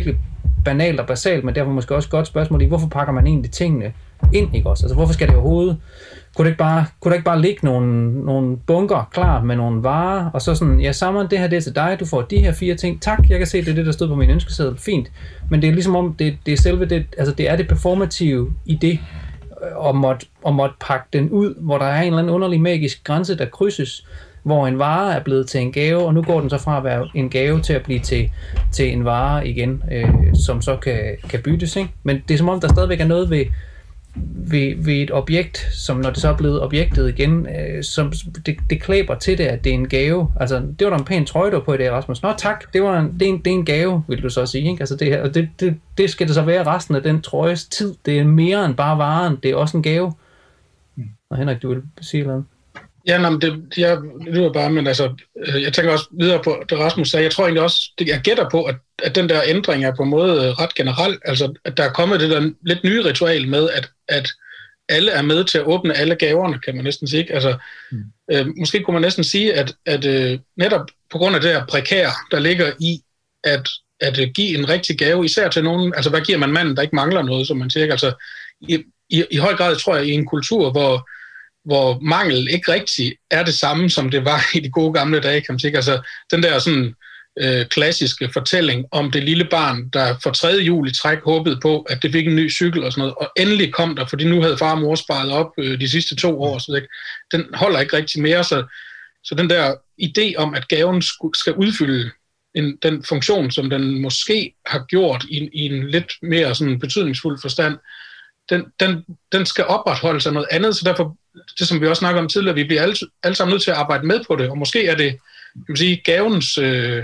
banalt og basalt, men derfor måske også et godt spørgsmål i, hvorfor pakker man egentlig tingene ind, ikke også? Altså, hvorfor skal det overhovedet... Kunne der ikke bare, kunne der ikke bare ligge nogle, nogle bunker klar med nogle varer, og så sådan, ja, Simon, det her det er til dig, du får de her fire ting, tak, jeg kan se, det er det, der stod på min ønskeseddel, fint. Men det er ligesom om, det, det er selve det, altså det er det performative i det, og måtte, og måtte pakke den ud, hvor der er en eller anden underlig magisk grænse, der krydses, hvor en vare er blevet til en gave, og nu går den så fra at være en gave til at blive til, til en vare igen, øh, som så kan, kan byttes, ikke? Men det er som om, der stadigvæk er noget ved, ved, ved et objekt, som når det så er blevet objektet igen, øh, som det, det klæber til det, at det er en gave. Altså, det var der en pæn trøje, der på i dag, Rasmus. Nå tak, det, var en, det, er en, det er en gave, vil du så sige, ikke? Altså, det, her, det, det, det skal det så være resten af den trøjes tid. Det er mere end bare varen, det er også en gave. Og Henrik, du vil sige noget? Ja, nej, men det, jeg, det lyder bare, men altså, jeg tænker også videre på det, Rasmus sagde. Jeg tror egentlig også, det, jeg gætter på, at, at den der ændring er på en måde ret generel. Altså, at der er kommet det der lidt nye ritual med, at, at alle er med til at åbne alle gaverne, kan man næsten sige. Altså, mm. øh, måske kunne man næsten sige, at, at øh, netop på grund af det her prekære, der ligger i at, at øh, give en rigtig gave, især til nogen, altså hvad giver man manden, der ikke mangler noget, som man siger. Altså, i, i, i høj grad tror jeg, i en kultur, hvor hvor mangel ikke rigtig er det samme, som det var i de gode gamle dage, kan man sige. Altså, den der sådan øh, klassiske fortælling om det lille barn, der for tredje jul i træk håbede på, at det fik en ny cykel og sådan noget, og endelig kom der, fordi nu havde far og mor sparet op øh, de sidste to år, så det, den holder ikke rigtig mere. Så, så den der idé om, at gaven skal udfylde en, den funktion, som den måske har gjort i, i en lidt mere sådan betydningsfuld forstand, Den, den, den skal opretholde sig noget andet, så derfor, det som vi også snakker om tidligere, vi bliver alle, alle sammen nødt til at arbejde med på det, og måske er det, kan man sige, gavens, øh,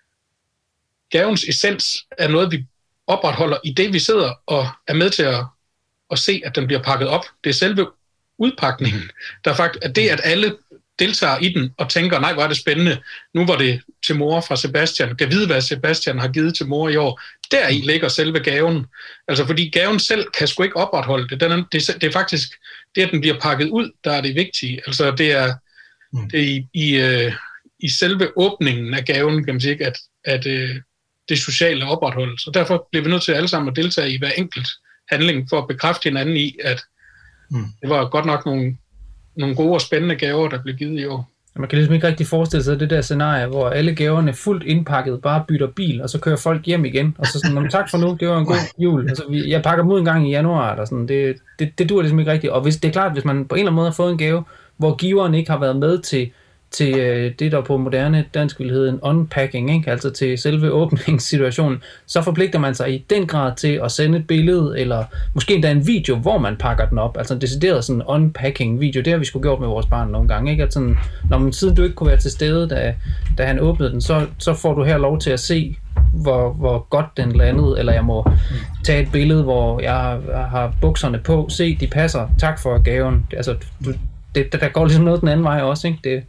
gavens essens er noget, vi opretholder i det, vi sidder og er med til at, at se, at den bliver pakket op. Det er selve udpakningen, der er faktisk, at det, at alle deltager i den og tænker, nej, hvor er det spændende, nu var det til mor fra Sebastian, kan vide, hvad Sebastian har givet til mor i år. Deri ligger selve gaven. Altså, fordi gaven selv kan sgu ikke opretholde det. Den er, det, det er faktisk det, at den bliver pakket ud, der er det vigtige. Altså, det er, mm. det er i, i, øh, i selve åbningen af gaven, kan man sige, at, at øh, det sociale opretholdes. Så derfor bliver vi nødt til alle sammen at deltage i hver enkelt handling, for at bekræfte hinanden i, at mm. det var godt nok nogle nogle gode og spændende gaver, der blev givet i år. Man kan ligesom ikke rigtig forestille sig det der scenarie, hvor alle gaverne fuldt indpakket bare bytter bil, og så kører folk hjem igen, og så sådan, tak for nu, det var en god jul. Altså, vi, jeg pakker dem ud en gang i januar, eller sådan. Det, det, det dur ligesom ikke rigtigt. Og hvis, det er klart, hvis man på en eller anden måde har fået en gave, hvor giveren ikke har været med til, til øh, det, der på moderne dansk vil hedde en unpacking, ikke? Altså til selve åbningssituationen, så forpligter man sig i den grad til at sende et billede, eller måske endda en video, hvor man pakker den op. Altså en decideret sådan unpacking video. Det har vi sgu gjort med vores barn nogle gange, ikke? At sådan, når man siden du ikke kunne være til stede, da, da han åbnede den, så, så får du her lov til at se, hvor, hvor godt den landede, eller jeg må tage et billede, hvor jeg har bukserne på, se, de passer, tak for gaven. Altså, du, det, der går ligesom noget den anden vej også, ikke? Det,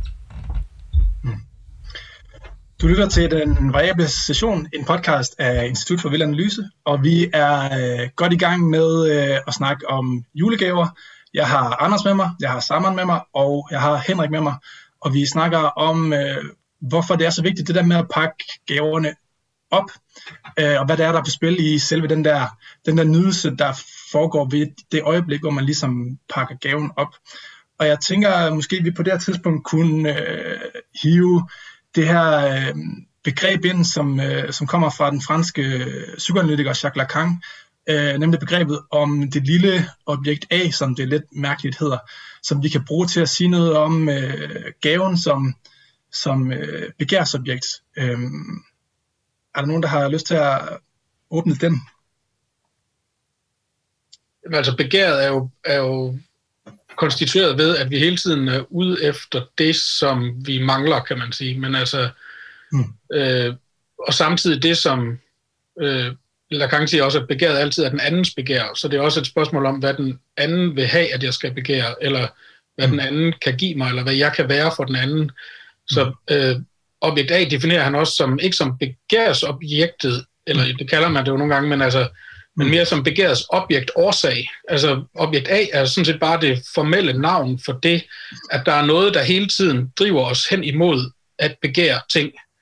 Du lytter til Den Variable Session, en podcast af Institut for Vild Analyse, og vi er øh, godt i gang med øh, at snakke om julegaver. Jeg har Anders med mig, jeg har Simon med mig, og jeg har Henrik med mig, og vi snakker om, øh, hvorfor det er så vigtigt, det der med at pakke gaverne op, øh, og hvad det er, der er på spil i selve den der, den der nydelse, der foregår ved det øjeblik, hvor man ligesom pakker gaven op. Og jeg tænker, måske vi på det her tidspunkt kunne øh, hive det her øh, begreb ind, som, øh, som kommer fra den franske øh, psykoanalytiker Jacques Lacan, øh, nemlig begrebet om det lille objekt A, som det lidt mærkeligt hedder, som vi kan bruge til at sige noget om øh, gaven som, som øh, begærsobjekt. Øh, er der nogen, der har lyst til at åbne den? Altså begæret er jo, er jo konstitueret ved, at vi hele tiden er ude efter det, som vi mangler, kan man sige. Men altså, mm. øh, og samtidig det, som øh, Lacan siger også, at begæret altid er den andens begær. Så det er også et spørgsmål om, hvad den anden vil have, at jeg skal begære, eller hvad mm. den anden kan give mig, eller hvad jeg kan være for den anden. Så øh, objekt A definerer han også som, ikke som begærsobjektet, eller det kalder man det jo nogle gange, men altså men mere som begærets objekt årsag. Altså objekt A er sådan set bare det formelle navn for det, at der er noget, der hele tiden driver os hen imod at begære ting.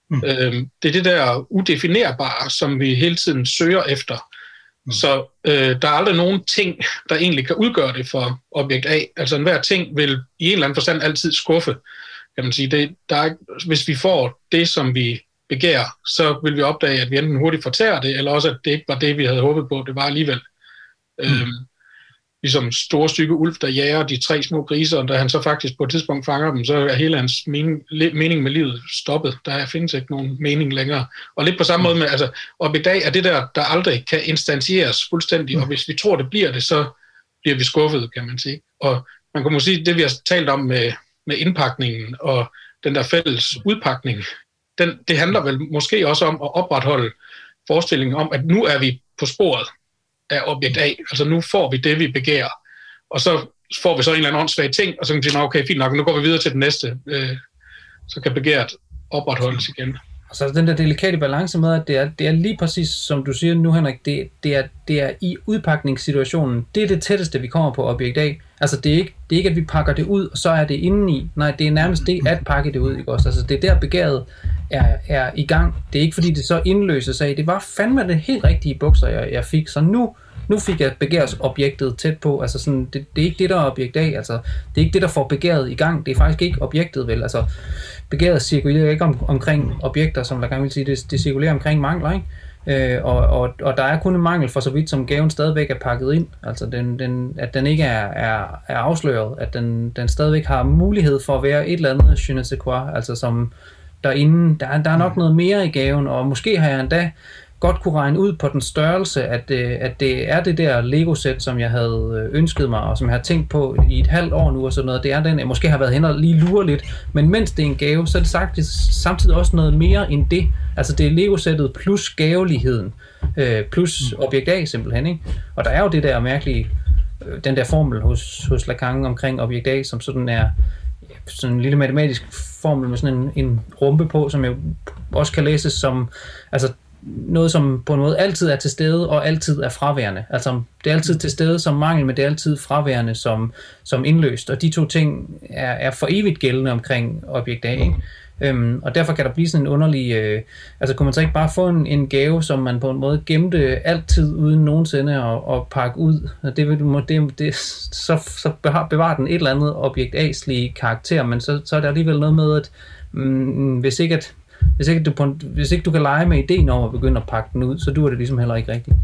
Mm. Øhm, det er det der udefinerbare, som vi hele tiden søger efter. Mm. Så øh, der er aldrig nogen ting, der egentlig kan udgøre det for objekt A. Altså enhver ting vil i en eller anden forstand altid skuffe, kan man sige. Det, der er, hvis vi får det, som vi begærer, så vil vi opdage, at vi enten hurtigt fortærer det, eller også, at det ikke var det, vi havde håbet på, det var alligevel. Mm. Øhm, ligesom store stykke ulv, der jager de tre små griser, og da han så faktisk på et tidspunkt fanger dem, så er hele hans mening, mening med livet stoppet. Der findes ikke nogen mening længere. Og lidt på samme mm. måde med, altså, objekt A er det der, der aldrig kan instancieres fuldstændig, mm. og hvis vi tror, det bliver det, så bliver vi skuffet, kan man sige. Og man kan måske sige, det vi har talt om med, med indpakningen og den der fælles udpakning, den, det handler vel måske også om at opretholde forestillingen om, at nu er vi på sporet af objekt A. Altså nu får vi det, vi begærer. Og så får vi så en eller anden åndssvag ting, og så kan vi sige, okay, fint nok, nu går vi videre til den næste. Øh, så kan begæret opretholdes igen. Og så er den der delikate balance med, at det er, det er lige præcis, som du siger nu, Henrik, det, det, er, det er i udpakningssituationen, det er det tætteste, vi kommer på objekt A. Altså det er, ikke, det er ikke, at vi pakker det ud, og så er det indeni. Nej, det er nærmest det at pakke det ud, ikke også? Altså det er der begæret er, er i gang. Det er ikke fordi, det så indløser sig. Det var fandme det helt rigtige bukser, jeg, jeg fik. Så nu, nu fik jeg begærsobjektet tæt på. Altså sådan, det, det er ikke det, der er objekt A. Altså, det er ikke det, der får begæret i gang. Det er faktisk ikke objektet, vel? Altså, begæret cirkulerer ikke om, omkring objekter, som der gerne vil sige, det, det cirkulerer omkring mangler, ikke? Øh, og, og, og der er kun en mangel for så vidt, som gaven stadigvæk er pakket ind. Altså, den, den, at den ikke er, er, er afsløret. At den, den stadigvæk har mulighed for at være et eller andet je ne sais quoi. Altså, som derinde, der, der er nok noget mere i gaven, og måske har jeg endda godt kunne regne ud på den størrelse, at, at det er det der Lego-sæt, som jeg havde ønsket mig, og som jeg har tænkt på i et halvt år nu og sådan noget. Det er den, jeg måske har været hen og lige lure lidt, men mens det er en gave, så er det sagt, samtidig også noget mere end det. Altså det er Lego-sættet plus gaveligheden, plus objekt A simpelthen, ikke? Og der er jo det der mærkelige, den der formel hos, hos Lacan omkring objekt A, som sådan er sådan en lille matematisk formel med sådan en, en rumpe på, som jeg også kan læses som, altså noget, som på en måde altid er til stede og altid er fraværende. Altså, det er altid til stede som mangel, men det er altid fraværende som, som indløst. Og de to ting er, er for evigt gældende omkring objekt A, ikke? Øhm, og derfor kan der blive sådan en underlig... Øh, altså, kunne man så ikke bare få en, en gave, som man på en måde gemte altid uden nogensinde at, at pakke ud? Og det vil, det, det, så, så bevarer den et eller andet objekt A-slige karakter, men så, så er der alligevel noget med, at mm, hvis ikke at Hvis ikke, du, hvis ikke du kan lege med ideen om at begynde at pakke den ud, så duer det ligesom heller ikke rigtigt.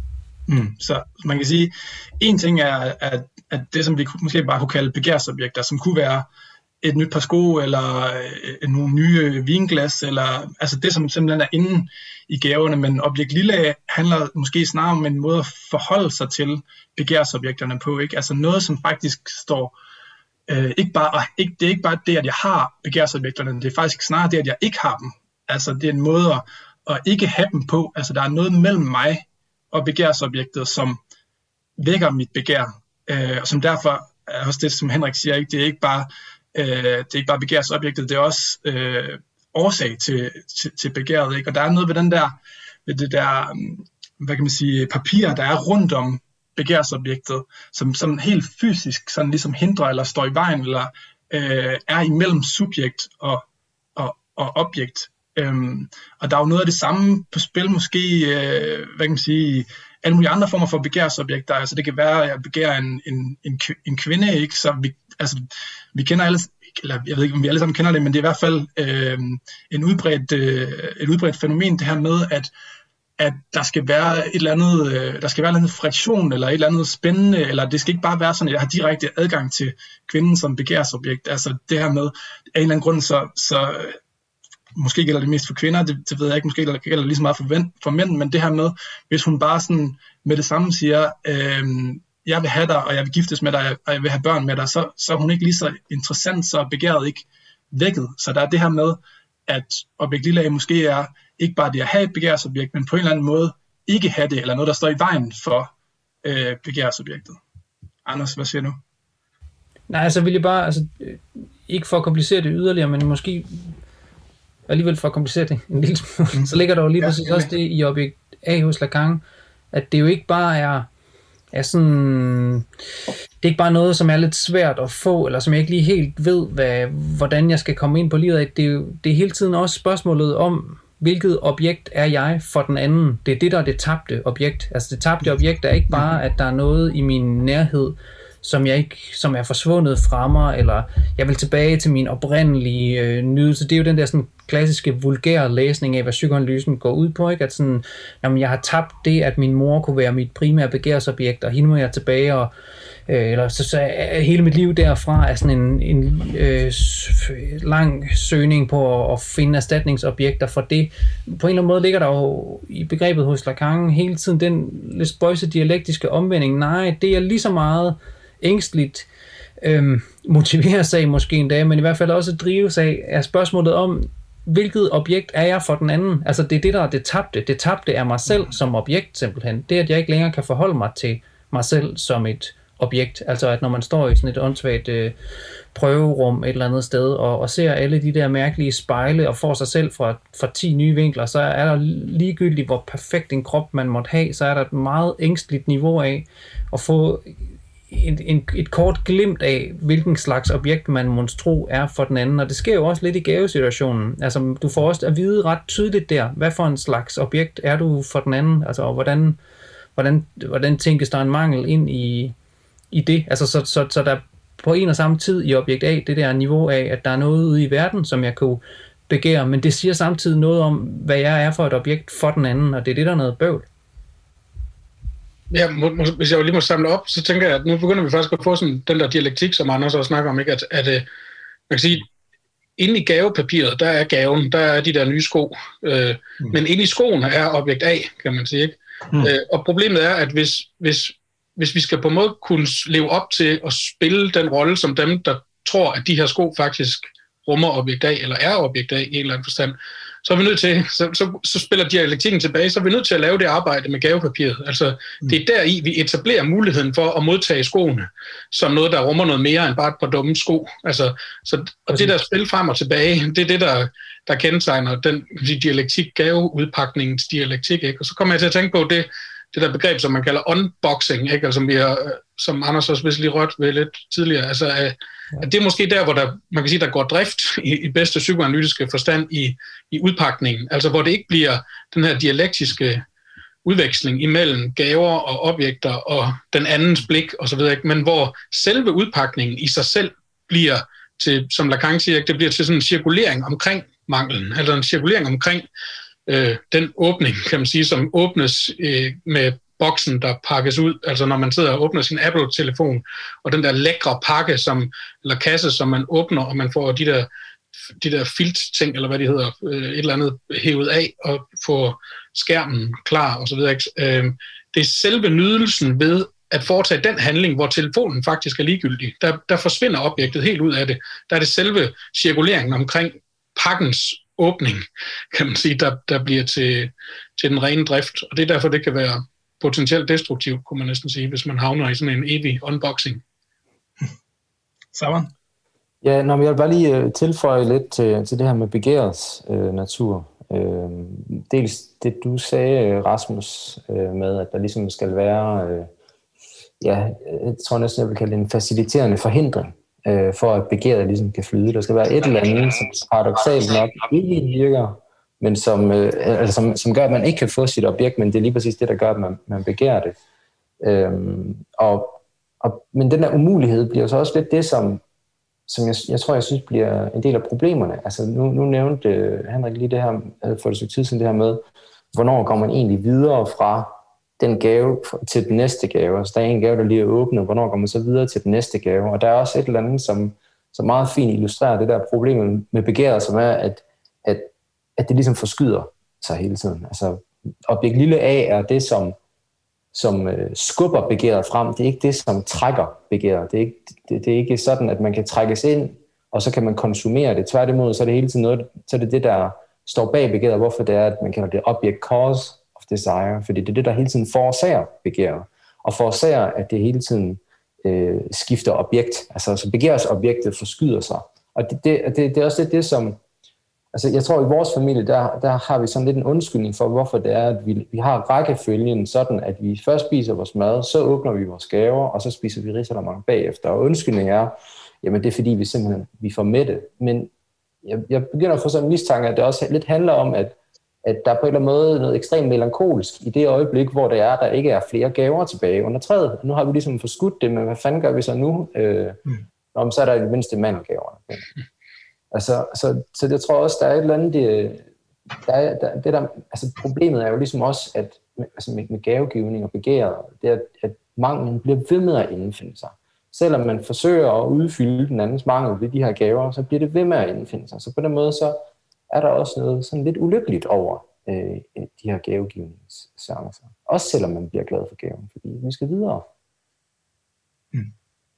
Mm, så man kan sige, en ting er, at, at det, som vi måske bare kunne kalde begærsobjekter, som kunne være et nyt par sko, eller øh, nogle nye vinglas, eller altså det, som simpelthen er inde i gaverne, men objekt lille handler måske snarere om en måde at forholde sig til begærsobjekterne på, ikke? Altså noget, som faktisk står Øh, ikke bare, ikke, det er ikke bare det, at jeg har begærsobjekterne, det er faktisk snarere det, at jeg ikke har dem. Altså det er en måde at, at ikke have dem på. Altså der er noget mellem mig og begærsobjektet, som vækker mit begær. Øh, og som derfor er også det, som Henrik siger, ikke? Det er ikke bare, øh, det er ikke bare begærsobjektet, det er også øh, årsag til, til, til begæret. Ikke? Og der er noget ved den der, ved det der, hvad kan man sige, papir, der er rundt om begærsobjektet, som, som helt fysisk sådan ligesom hindrer eller står i vejen, eller øh, er imellem subjekt og, og, og objekt. Øhm, og der er jo noget af det samme på spil, måske, øh, hvad kan man sige, alle mulige andre former for begærsobjekter. Altså det kan være, at jeg begærer en, en, en, en kvinde, ikke? Så vi, altså, vi kender alle, eller jeg ved ikke, om vi alle sammen kender det, men det er i hvert fald øh, en udbredt, øh, et udbredt fænomen, det her med, at at der skal være et eller andet, øh, der skal være en eller anden friktion, eller et eller andet spændende, eller det skal ikke bare være sådan, at jeg har direkte adgang til kvinden som begærsobjekt. Altså det her med, af en eller anden grund, så, så måske gælder det mest for kvinder, det, det ved jeg ikke, måske gælder det lige så meget for, for mænd, men det her med, hvis hun bare sådan med det samme siger, øh, jeg vil have dig, og jeg vil giftes med dig, og jeg vil have børn med dig, så, så er hun ikke lige så interessant, så er begæret ikke vækket. Så der er det her med, at objekt lille A måske er ikke bare det at have et begærsobjekt, men på en eller anden måde ikke have det, eller noget, der står i vejen for øh, begærsobjektet. Anders, hvad siger du? Nej, så vil jeg bare, altså, ikke for at komplicere det yderligere, men måske alligevel for at komplicere det en lille smule, mm. så ligger der jo lige præcis ja, også det i objekt A hos Lacan, at det jo ikke bare er er sådan, det er ikke bare noget, som er lidt svært at få, eller som jeg ikke lige helt ved, hvad, hvordan jeg skal komme ind på livet af. Det er, jo, det er hele tiden også spørgsmålet om, hvilket objekt er jeg for den anden. Det er det, der er det tabte objekt. Altså det tabte objekt er ikke bare, at der er noget i min nærhed, som jeg ikke, som er forsvundet fra mig, eller jeg vil tilbage til min oprindelige øh, nydelse. Det er jo den der sådan klassiske vulgære læsning af, hvad psykoanalysen går ud på, ikke? At sådan, jamen, jeg har tabt det, at min mor kunne være mit primære begærsobjekt, og hende må jeg tilbage, og øh, eller så, så er hele mit liv derfra er sådan en, en øh, lang søgning på at, at finde erstatningsobjekter for det. På en eller anden måde ligger der jo i begrebet hos Lacan hele tiden den lidt spøjse dialektiske omvending. Nej, det er lige så meget ængstligt øhm, motiveres af måske endda, men i hvert fald også drives af, er spørgsmålet om, hvilket objekt er jeg for den anden? Altså det er det, der er det tabte. Det tabte er mig selv som objekt simpelthen. Det, at jeg ikke længere kan forholde mig til mig selv som et objekt. Altså at når man står i sådan et åndssvagt øh, prøverum et eller andet sted, og, og ser alle de der mærkelige spejle, og får sig selv fra, fra ti nye vinkler, så er der ligegyldigt, hvor perfekt en krop man måtte have, så er der et meget ængstligt niveau af at få En, en, et kort glimt af, hvilken slags objekt man monstro er for den anden, og det sker jo også lidt i gavesituationen. Altså, du får også at vide ret tydeligt der, hvad for en slags objekt er du for den anden, altså, og hvordan, hvordan, hvordan tænkes der en mangel ind i, i det. Altså, så, så, så der på en og samme tid i objekt A, det der niveau af, at der er noget ude i verden, som jeg kunne begære, men det siger samtidig noget om, hvad jeg er for et objekt for den anden, og det er det, der er noget bøvl. Ja, må, må, hvis jeg jo lige må samle op, så tænker jeg, at nu begynder vi faktisk at få sådan den der dialektik, som Anders også snakker om, ikke? At, at man kan sige, inde i gavepapiret, der er gaven, der er de der nye sko, øh, mm. men inde i skoen er objekt A, kan man sige, ikke? Mm. Øh, og problemet er, at hvis, hvis, hvis vi skal på en måde kunne leve op til at spille den rolle som dem, der tror, at de her sko faktisk rummer objekt A, eller er objekt A i en eller anden forstand, så er vi nødt til, så, så, så spiller dialektikken tilbage, så er vi nødt til at lave det arbejde med gavepapiret. Altså, mm. det er deri, vi etablerer muligheden for at modtage skoene, som noget, der rummer noget mere end bare et par dumme sko. Altså, så, og det der spil frem og tilbage, det er det, der, der kendetegner den dialektik, gaveudpakningens dialektik, ikke? Og så kommer jeg til at tænke på det, det der begreb, som man kalder unboxing, ikke? Altså, som, vi har, som Anders også vist lige rørt ved lidt tidligere, altså, at det er måske der, hvor der, man kan sige, der går drift i, i bedste psykoanalytiske forstand i, i udpakningen, altså hvor det ikke bliver den her dialektiske udveksling imellem gaver og objekter og den andens blik osv., men hvor selve udpakningen i sig selv bliver til, som Lacan siger, det bliver til sådan en cirkulering omkring manglen, eller en cirkulering omkring øh, den åbning, kan man sige, som åbnes øh, med boksen, der pakkes ud, altså når man sidder og åbner sin Apple-telefon, og den der lækre pakke, som, eller kasse, som man åbner, og man får de der, de der filt-ting, eller hvad de hedder, et eller andet hævet af, og får skærmen klar, og så videre. Det er selve nydelsen ved at foretage den handling, hvor telefonen faktisk er ligegyldig. Der, der forsvinder objektet helt ud af det. Der er det selve cirkuleringen omkring pakkens åbning, kan man sige, der, der bliver til, til den rene drift, og det er derfor, det kan være potentielt destruktivt, kunne man næsten sige, hvis man havner i sådan en evig unboxing. Sammen? Ja, nå, men jeg vil bare lige tilføje lidt til, til det her med begærets øh, natur. Øh, dels det, du sagde, Rasmus, øh, med, at der ligesom skal være, øh, ja, jeg tror næsten, jeg vil kalde det en faciliterende forhindring, øh, for at begæret ligesom kan flyde. Der skal være et eller andet, som paradoksalt nok ikke virker, men som, øh, altså, som, som gør, at man ikke kan få sit objekt, men det er lige præcis det, der gør, at man, man begærer det. Øhm, og, og, men den der umulighed bliver så også lidt det, som, som jeg, jeg tror, jeg synes bliver en del af problemerne. Altså nu, nu nævnte øh, Henrik lige det her, for et stykke tid siden det her med, hvornår går man egentlig videre fra den gave til den næste gave. Altså der er en gave, der lige er åbnet, hvornår går man så videre til den næste gave? Og der er også et eller andet, som, som meget fint illustrerer det der problem med begæret, som er, at, at at det ligesom forskyder sig hele tiden. Altså, objekt lille a er det, som, som øh, skubber begæret frem. Det er ikke det, som trækker begæret. Det er, ikke, det, det er ikke sådan, at man kan trækkes ind, og så kan man konsumere det. Tværtimod, så er det hele tiden noget, så er det det, der står bag begæret, hvorfor det er, at man kalder det object cause of desire, fordi det er det, der hele tiden forårsager begæret, og forårsager, at det hele tiden øh, skifter objekt. Altså, så begærsobjektet forskyder sig. Og det, det, det, det er også det, det som Altså, jeg tror, i vores familie, der, der har vi sådan lidt en undskyldning for, hvorfor det er, at vi, vi har rækkefølgen sådan, at vi først spiser vores mad, så åbner vi vores gaver, og så spiser vi risalamande bagefter. Og undskyldningen er, jamen det er fordi, vi simpelthen vi får med det. Men jeg, jeg begynder at få sådan en mistanke, at det også lidt handler om, at, at der er på en eller anden måde noget ekstremt melankolsk i det øjeblik, hvor det er, der ikke er flere gaver tilbage under træet. Nu har vi ligesom forskudt det, men hvad fanden gør vi så nu? Øh, mm. Nå, så er der i det mindste mandelgaver. Altså, så, så jeg tror også, der er et eller andet, det, der er, der, det der, altså problemet er jo ligesom også, at altså med, med gavegivning og begæret, det er, at manglen bliver ved med at indfinde sig. Selvom man forsøger at udfylde den andens mangel ved de her gaver, så bliver det ved med at indfinde sig. Så på den måde, så er der også noget sådan lidt ulykkeligt over øh, de her gavegivningsseancer. Også selvom man bliver glad for gaven, fordi vi skal videre. Mm.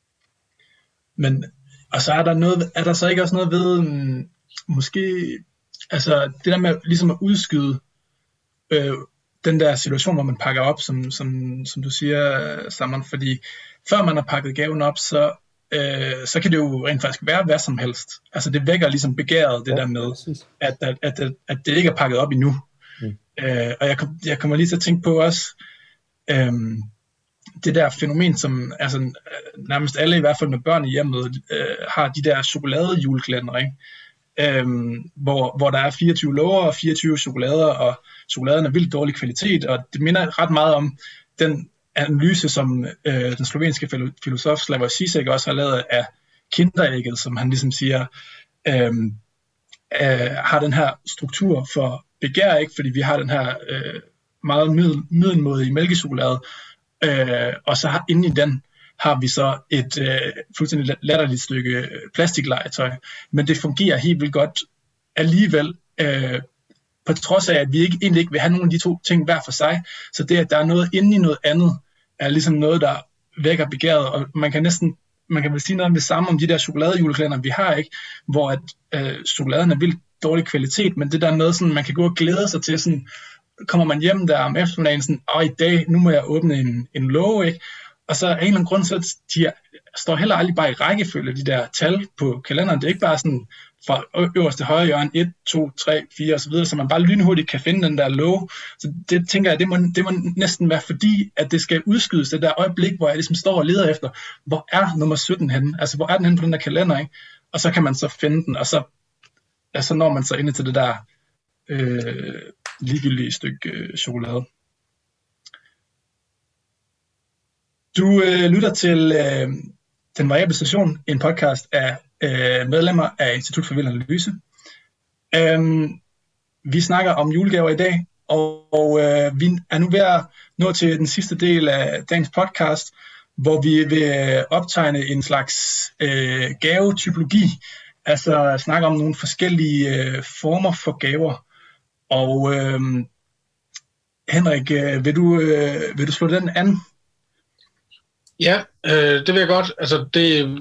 Men og så er der noget, er der så ikke også noget ved, um, måske, altså det der med ligesom at udskyde øh, den der situation, hvor man pakker op, som, som, som du siger, Simon, fordi før man har pakket gaven op, så, øh, så kan det jo rent faktisk være hvad som helst. Altså det vækker ligesom begæret, det ja, der med, at, at, at, at det ikke er pakket op endnu. Mm. Øh, og jeg, kom, jeg kommer lige til at tænke på også, øh, det der fænomen, som altså, nærmest alle, i hvert fald med børn i hjemmet, øh, har de der chokoladejuleklænder, ikke? Øhm, hvor, hvor der er fireogtyve låger og fireogtyve chokolader, og chokoladen er vildt dårlig kvalitet, og det minder ret meget om den analyse, som øh, den slovenske filosof Slavoj Žižek også har lavet af kinderægget, som han ligesom siger, øh, øh, har den her struktur for begær, ikke? Fordi vi har den her øh, meget middelmådige mælkechokolade, Øh, og så har, inde i den har vi så et øh, fuldstændig latterligt stykke plastiklegetøj, men det fungerer helt vildt godt alligevel, øh, på trods af, at vi ikke, egentlig ikke vil have nogle af de to ting hver for sig, så det, at der er noget inde i noget andet, er ligesom noget, der vækker begæret, og man kan næsten, man kan vel sige noget om det samme om de der chokoladejuleklænder, vi har, ikke, hvor at øh, chokoladen er vildt dårlig kvalitet, men det der er noget, sådan, man kan gå og glæde sig til, sådan, kommer man hjem der om eftermiddagen, sådan, og i dag, nu må jeg åbne en, en låge, ikke? Og så af en eller anden grund, så de står heller aldrig bare i rækkefølge, de der tal på kalenderen. Det er ikke bare sådan fra øverste højre hjørne, et, to, tre, fire og så videre, så man bare lynhurtigt kan finde den der låge. Så det tænker jeg, det må, det må næsten være fordi, at det skal udskydes, det der øjeblik, hvor jeg ligesom står og leder efter, hvor er nummer sytten henne? Altså, hvor er den henne på den der kalender, ikke? Og så kan man så finde den, og så, ja, så når man så ind til det der øh, ligegyldige stykke øh, chokolade. Du øh, lytter til øh, Den Variable Station, en podcast af øh, medlemmer af Institut for Vild Analyse. Øh, vi snakker om julegaver i dag, og, og øh, vi er nu ved at nå til den sidste del af dagens podcast, hvor vi vil optegne en slags øh, gavetypologi, altså snakke om nogle forskellige øh, former for gaver. Og øh, Henrik, øh, vil, du, øh, vil du slå den an? Ja, øh, det vil jeg godt. Altså, det,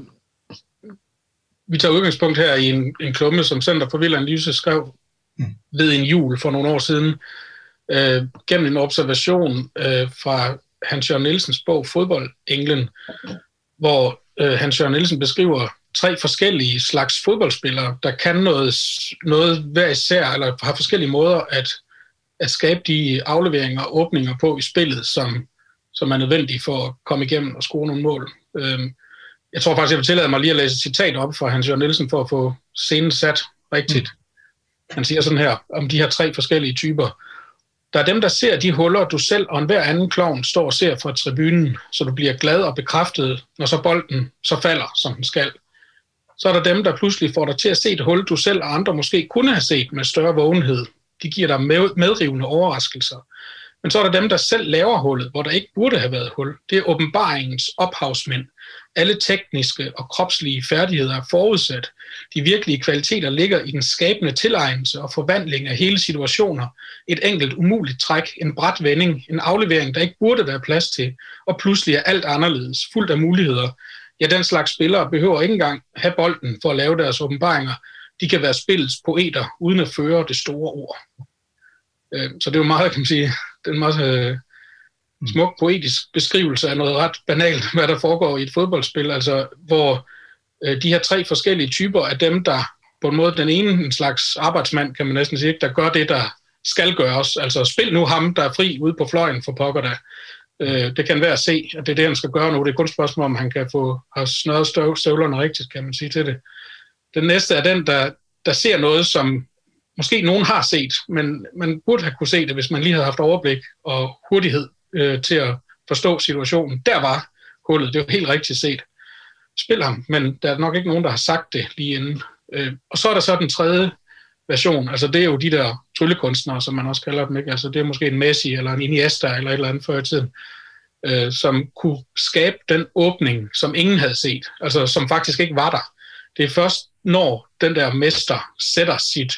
vi tager udgangspunkt her i en, en klumme, som Center for Vild Analyse skrev mm. ved en jul for nogle år siden, øh, gennem en observation øh, fra Hans Jørgen Nielsens bog Fodboldenglen, hvor øh, Hans Jørgen Nielsen beskriver tre forskellige slags fodboldspillere, der kan noget, noget hver især, eller har forskellige måder at, at skabe de afleveringer og åbninger på i spillet, som som er nødvendige for at komme igennem og score nogle mål. Jeg tror faktisk, jeg vil tillade mig lige at læse et citat op fra Hans Jørgen Nielsen for at få scenen sat rigtigt. Han siger sådan her, om de her tre forskellige typer. Der er dem, der ser de huller, du selv og enhver anden klovn står og ser fra tribunen, så du bliver glad og bekræftet, når så bolden så falder, som den skal. Så er der dem, der pludselig får dig til at se et hul, du selv og andre måske kunne have set med større vågenhed. De giver dig medrivende overraskelser. Men så er der dem, der selv laver hullet, hvor der ikke burde have været hul. Det er åbenbaringens ophavsmænd. Alle tekniske og kropslige færdigheder er forudsat. De virkelige kvaliteter ligger i den skabende tilegnelse og forvandling af hele situationer. Et enkelt umuligt træk, en brat vending, en aflevering, der ikke burde være plads til, og pludselig er alt anderledes, fuldt af muligheder. Ja, den slags spillere behøver ikke engang have bolden for at lave deres åbenbaringer. De kan være spillets poeter, uden at føre det store ord. Så det er jo meget, kan man sige, det er en meget øh, smuk poetisk beskrivelse af noget ret banalt, hvad der foregår i et fodboldspil, altså hvor øh, de her tre forskellige typer er dem, der på en måde den ene en slags arbejdsmand, kan man næsten sige, der gør det, der skal gøres. Altså spil nu ham, der er fri ude på fløjen for pokker da. Øh, det kan være at se, at det er det, han skal gøre nu. Det er kun et spørgsmål, om han kan få have snøret støv, støvlerne rigtigt, kan man sige til det. Den næste er den, der, der ser noget, som måske nogen har set, men man burde have kunne se det, hvis man lige havde haft overblik og hurtighed øh, til at forstå situationen. Der var hullet, det var helt rigtigt set. Spil ham, men der er nok ikke nogen, der har sagt det lige inden. Øh, og så er der så den tredje version, altså det er jo de der tryllekunstnere, som man også kalder dem, ikke? Altså det er måske en Messi eller en Iniesta eller et eller andet før i tiden, øh, som kunne skabe den åbning, som ingen havde set, altså som faktisk ikke var der. Det er først, når den der mester sætter sit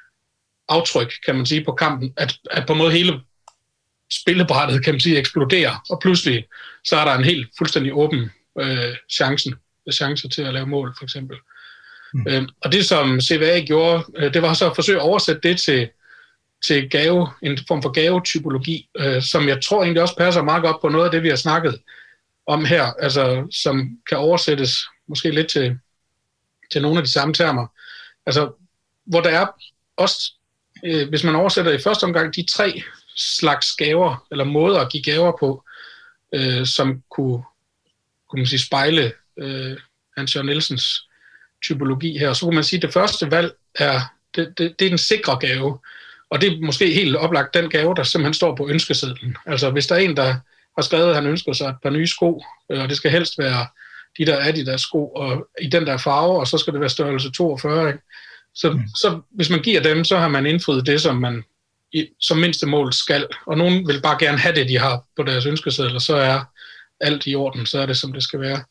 aftryk, kan man sige, på kampen, at, at på en måde hele spillebrættet, kan man sige, eksploderer, og pludselig så er der en helt fuldstændig åben øh, chancen, chance til at lave mål, for eksempel. Mm. Øh, og det, som C V A gjorde, øh, det var så at forsøge at oversætte det til, til gave, en form for gavetypologi, øh, som jeg tror egentlig også passer meget godt på noget af det, vi har snakket om her, altså som kan oversættes måske lidt til, til nogle af de samme termer. Altså, hvor der er også, øh, hvis man oversætter i første omgang, de tre slags gaver, eller måder at give gaver på, øh, som kunne, kunne man sige, spejle øh, Hans Jørgen Nielsens typologi her. Så kunne man sige, at det første valg er, det, det, det er den sikre gave, og det er måske helt oplagt den gave, der simpelthen står på ønskesedlen. Altså hvis der er en, der har skrevet, at han ønsker sig et par nye sko, øh, og det skal helst være de der Adidas sko, og i den der farve, og så skal det være størrelse toogfyrre, ikke? Så, mm. så hvis man giver dem, så har man indfriet det, som man i, som mindste mål skal, og nogen vil bare gerne have det, de har på deres ønskeseddel, og så er alt i orden, så er det, som det skal være.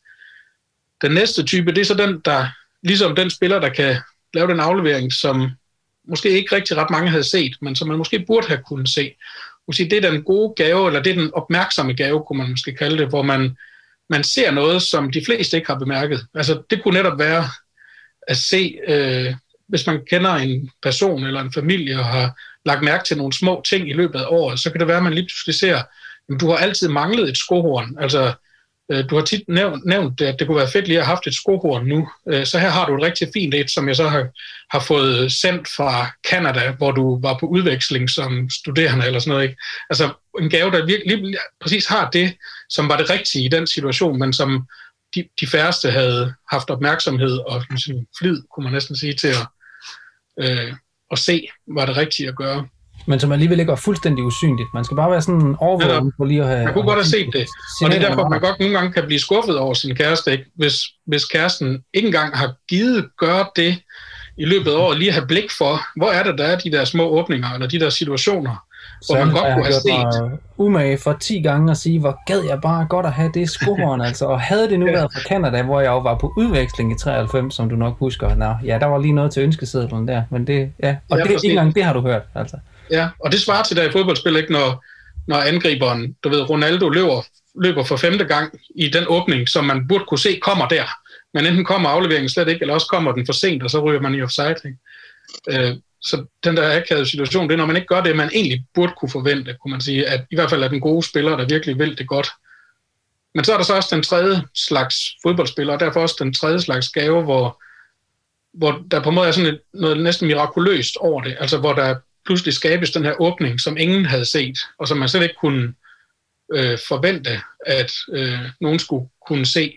Den næste type, det er så den, der ligesom den spiller, der kan lave den aflevering, som måske ikke rigtig ret mange havde set, men som man måske burde have kunnet se. Måske det er den gode gave, eller det er den opmærksomme gave, kunne man måske kalde det, hvor man, man ser noget, som de fleste ikke har bemærket. Altså det kunne netop være at se, øh, hvis man kender en person eller en familie og har lagt mærke til nogle små ting i løbet af året, så kan det være, at man lige pludselig ser, at du har altid manglet et skohorn. Altså du har tit nævnt, nævnt, at det kunne være fedt lige at have haft et skohorn nu. Så her har du et rigtig fint et, som jeg så har, har fået sendt fra Canada, hvor du var på udveksling som studerende eller sådan noget, ikke? Altså en gave, der virkelig lige præcis har det, som var det rigtige i den situation, men som de, de færreste havde haft opmærksomhed og flid, kunne man næsten sige, til at, øh, at se, var det rigtige at gøre. Men som alligevel ikke var fuldstændig usynligt. Man skal bare være sådan overvågen på lige at have... Man kunne godt have set det. Og det er derfor, man godt nogle gange kan blive skuffet over sin kæreste, ikke? Hvis, hvis kæresten ikke engang har givet gøre det i løbet af året, lige at have blik for, hvor er det, der er de der små åbninger, eller de der situationer, så hvor man godt kunne have set. Umage for ti gange at sige, hvor gad jeg bare godt at have det skohorn, altså. Og havde det nu været fra Canada, hvor jeg jo var på udveksling i treoghalvfems, som du nok husker. Nå, ja, der var lige noget til ønskesedlen der, men det, ja. Og ja, det, ikke engang det har du hørt, altså. Ja, og det svarer til der i fodboldspil, ikke, når, når angriberen, du ved, Ronaldo løber, løber for femte gang i den åbning, som man burde kunne se kommer der. Men enten kommer afleveringen slet ikke, eller også kommer den for sent, og så ryger man i offside. Ikke? Øh, så den der akavede situation, det er, når man ikke gør det, man egentlig burde kunne forvente, kunne man sige, at i hvert fald er den gode spiller, der virkelig vil det godt. Men så er der så også den tredje slags fodboldspiller, og derfor også den tredje slags gave, hvor, hvor der på en måde er sådan et, noget næsten mirakuløst over det, altså hvor der pludselig skabes den her åbning, som ingen havde set, og som man slet ikke kunne øh, forvente, at øh, nogen skulle kunne se.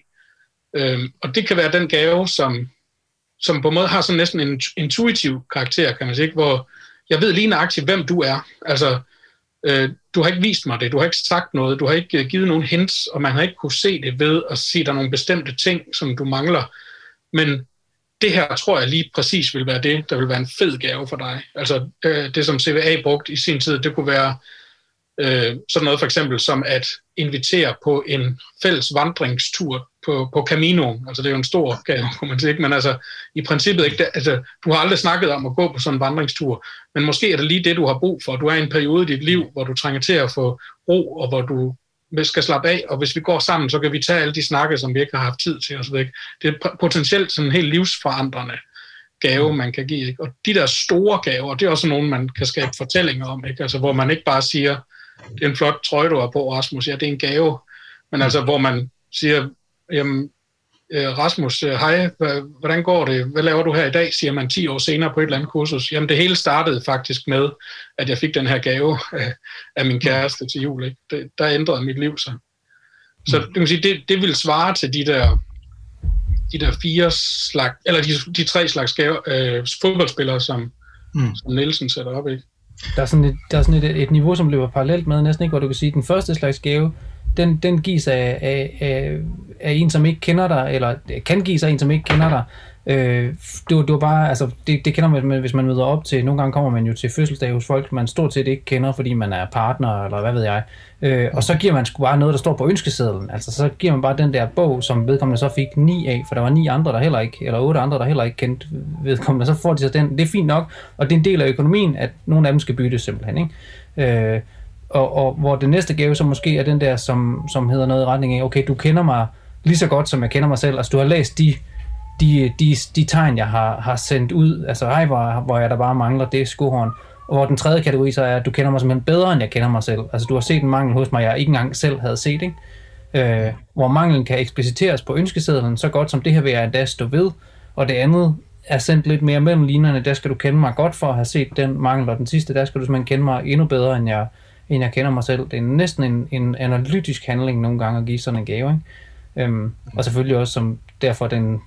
Øh, og det kan være den gave, som, som på en måde har sådan næsten en intuitiv karakter, kan man sige, hvor jeg ved lige nøjagtigt, hvem du er. Altså, øh, du har ikke vist mig det, du har ikke sagt noget, du har ikke givet nogen hints, og man har ikke kunne se det ved at se, der er nogle bestemte ting, som du mangler. Men det her tror jeg lige præcis vil være det, der vil være en fed gave for dig. Altså øh, det, som C V A brugte i sin tid, det kunne være øh, sådan noget for eksempel som at invitere på en fælles vandringstur på, på Caminoen. Altså det er jo en stor gave, kunne man sige, ikke? Men altså i princippet ikke. Altså, du har aldrig snakket om at gå på sådan en vandringstur, men måske er det lige det, du har brug for. Du er i en periode i dit liv, hvor du trænger til at få ro, og hvor du skal slappe af, og hvis vi går sammen, så kan vi tage alle de snakke, som vi ikke har haft tid til osv. Det er potentielt sådan en helt livsforandrende gave, man kan give. Ikke? Og de der store gaver, det er også nogle, man kan skabe fortællinger om, ikke? Altså, hvor man ikke bare siger, det er en flot trøje, du har på, Rasmus, ja, det er en gave, men altså, hvor man siger, jamen, Rasmus, hej, hvordan går det? Hvad laver du her i dag, siger man ti år senere på et eller andet kursus. Jamen det hele startede faktisk med, at jeg fik den her gave af, af min kæreste til jul. Ikke? Det, der ændrede mit liv sig. Så du kan sige, det, det vil svare til de der, de der fire slags, eller de, de tre slags gave, øh, fodboldspillere, som, mm. som Nielsen sætter op. Ikke? Der er sådan, et, der er sådan et, et niveau, som løber parallelt med næsten, ikke, hvor du kan sige, at den første slags gave, den, den gives af, af, af, af en, som ikke kender dig, eller kan gives af en, som ikke kender dig. Øh, det, det var bare, altså, det, det kender man, hvis man møder op til, nogle gange kommer man jo til fødselsdag hos folk, man stort set ikke kender, fordi man er partner, eller hvad ved jeg. Øh, og så giver man sgu bare noget, der står på ønskesedlen. Altså, så giver man bare den der bog, som vedkommende så fik ni af, for der var ni andre, der heller ikke, eller otte andre, der heller ikke kendte vedkommende, så får de så den. Det er fint nok, og det er en del af økonomien, at nogle af dem skal byttes simpelthen, ikke? Øh, og, og hvor det næste gave så måske er den der, som, som hedder noget i retning af, okay, du kender mig lige så godt, som jeg kender mig selv, altså du har læst de De, de, de tegn, jeg har, har sendt ud, altså hej, hvor, hvor jeg der bare mangler det skohorn. Og hvor den tredje kategori så er, at du kender mig simpelthen bedre, end jeg kender mig selv. Altså du har set en mangel hos mig, jeg ikke engang selv havde set, ikke? Øh, hvor manglen kan ekspliciteres på ønskesedlen, så godt som det her vil jeg endda stå ved. Og det andet er sendt lidt mere mellem linjerne, der skal du kende mig godt for at have set den mangel, og den sidste, der skal du simpelthen kende mig endnu bedre, end jeg, end jeg kender mig selv. Det er næsten en, en analytisk handling nogle gange at give sådan en gave, ikke? Øhm, og selvfølgelig også som derfor den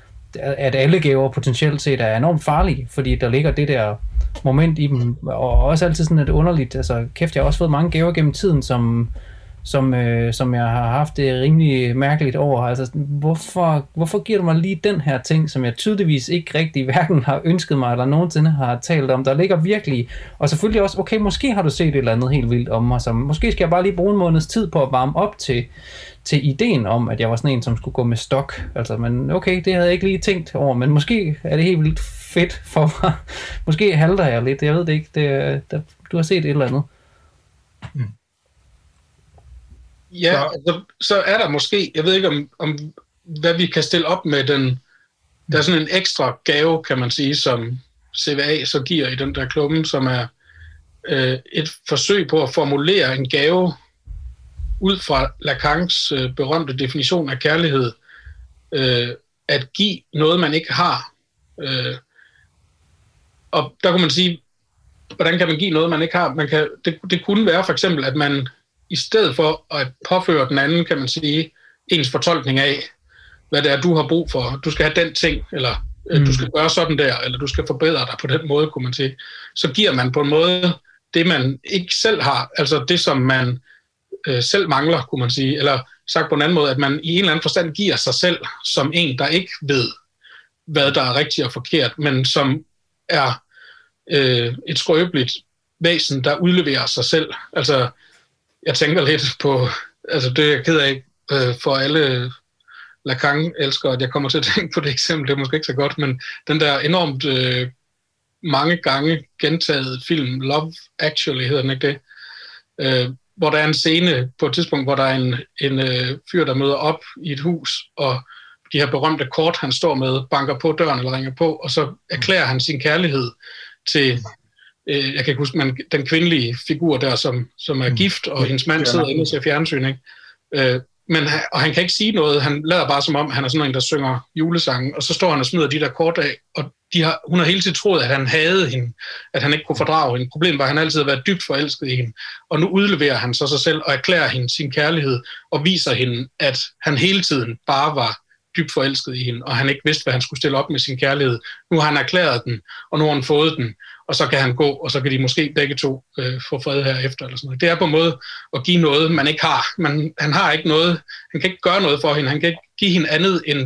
at alle gaver potentielt set er enormt farlige, fordi der ligger det der moment i dem, og også altid sådan et underligt, altså kæft, jeg har også fået mange gaver gennem tiden, som, som, øh, som jeg har haft det rimelig mærkeligt over, altså hvorfor, hvorfor giver du mig lige den her ting, som jeg tydeligvis ikke rigtig hverken har ønsket mig, eller nogensinde har talt om, der ligger virkelig, og selvfølgelig også, okay, måske har du set et eller andet helt vildt om mig, så måske skal jeg bare lige bruge en måneds tid på at varme op til til ideen om, at jeg var sådan en, som skulle gå med stok. Altså, men okay, det havde jeg ikke lige tænkt over, men måske er det helt vildt fedt for mig. Måske halter jeg lidt, jeg ved det ikke. Det, der, du har set et eller andet. Mm. Ja, så. Altså, så er der måske, jeg ved ikke om, om, hvad vi kan stille op med den, der er sådan en ekstra gave, kan man sige, som C V A så giver i den der klumme, som er øh, et forsøg på at formulere en gave, ud fra Lacans øh, berømte definition af kærlighed, øh, at give noget, man ikke har. Øh, og der kunne man sige, hvordan kan man give noget, man ikke har? Man kan, det, det kunne være for eksempel, at man i stedet for at påføre den anden, kan man sige, ens fortolkning af, hvad det er, du har brug for. Du skal have den ting, eller mm. du skal gøre sådan der, eller du skal forbedre dig på den måde, kunne man sige. Så giver man på en måde det, man ikke selv har, altså det, som man selv mangler, kunne man sige, eller sagt på en anden måde, at man i en eller anden forstand giver sig selv som en, der ikke ved, hvad der er rigtigt og forkert, men som er øh, et skrøbeligt væsen, der udleverer sig selv. Altså, jeg tænker lidt på, altså det er jeg ked af øh, for alle Lacan elsker, at jeg kommer til at tænke på det eksempel, det er måske ikke så godt, men den der enormt øh, mange gange gentaget film, Love Actually hedder den, ikke det? Øh, hvor der er en scene på et tidspunkt, hvor der er en, en øh, fyr, der møder op i et hus, og de her berømte kort, han står med, banker på døren eller ringer på, og så erklærer han sin kærlighed til, øh, jeg kan ikke huske, man, den kvindelige figur der, som, som er gift, og hendes mand sidder inde og ser fjernsyn, ikke? Øh, men, og han kan ikke sige noget, han lader bare som om, han er sådan en, der synger julesange, og så står han og smider de der kort af, og de har, hun har hele tiden troet, at han havde hende, at han ikke kunne fordrage hende. Problemet var, at han altid havde været dybt forelsket i hende, og nu udleverer han så sig selv og erklærer hende sin kærlighed, og viser hende, at han hele tiden bare var dybt forelsket i hende, og han ikke vidste, hvad han skulle stille op med sin kærlighed. Nu har han erklæret den, og nu har han fået den, og så kan han gå, og så kan de måske begge to øh, få fred herefter. Eller sådan noget. Det er på en måde at give noget, man ikke har. Man, han har ikke noget, han kan ikke gøre noget for hende, han kan ikke give hende andet end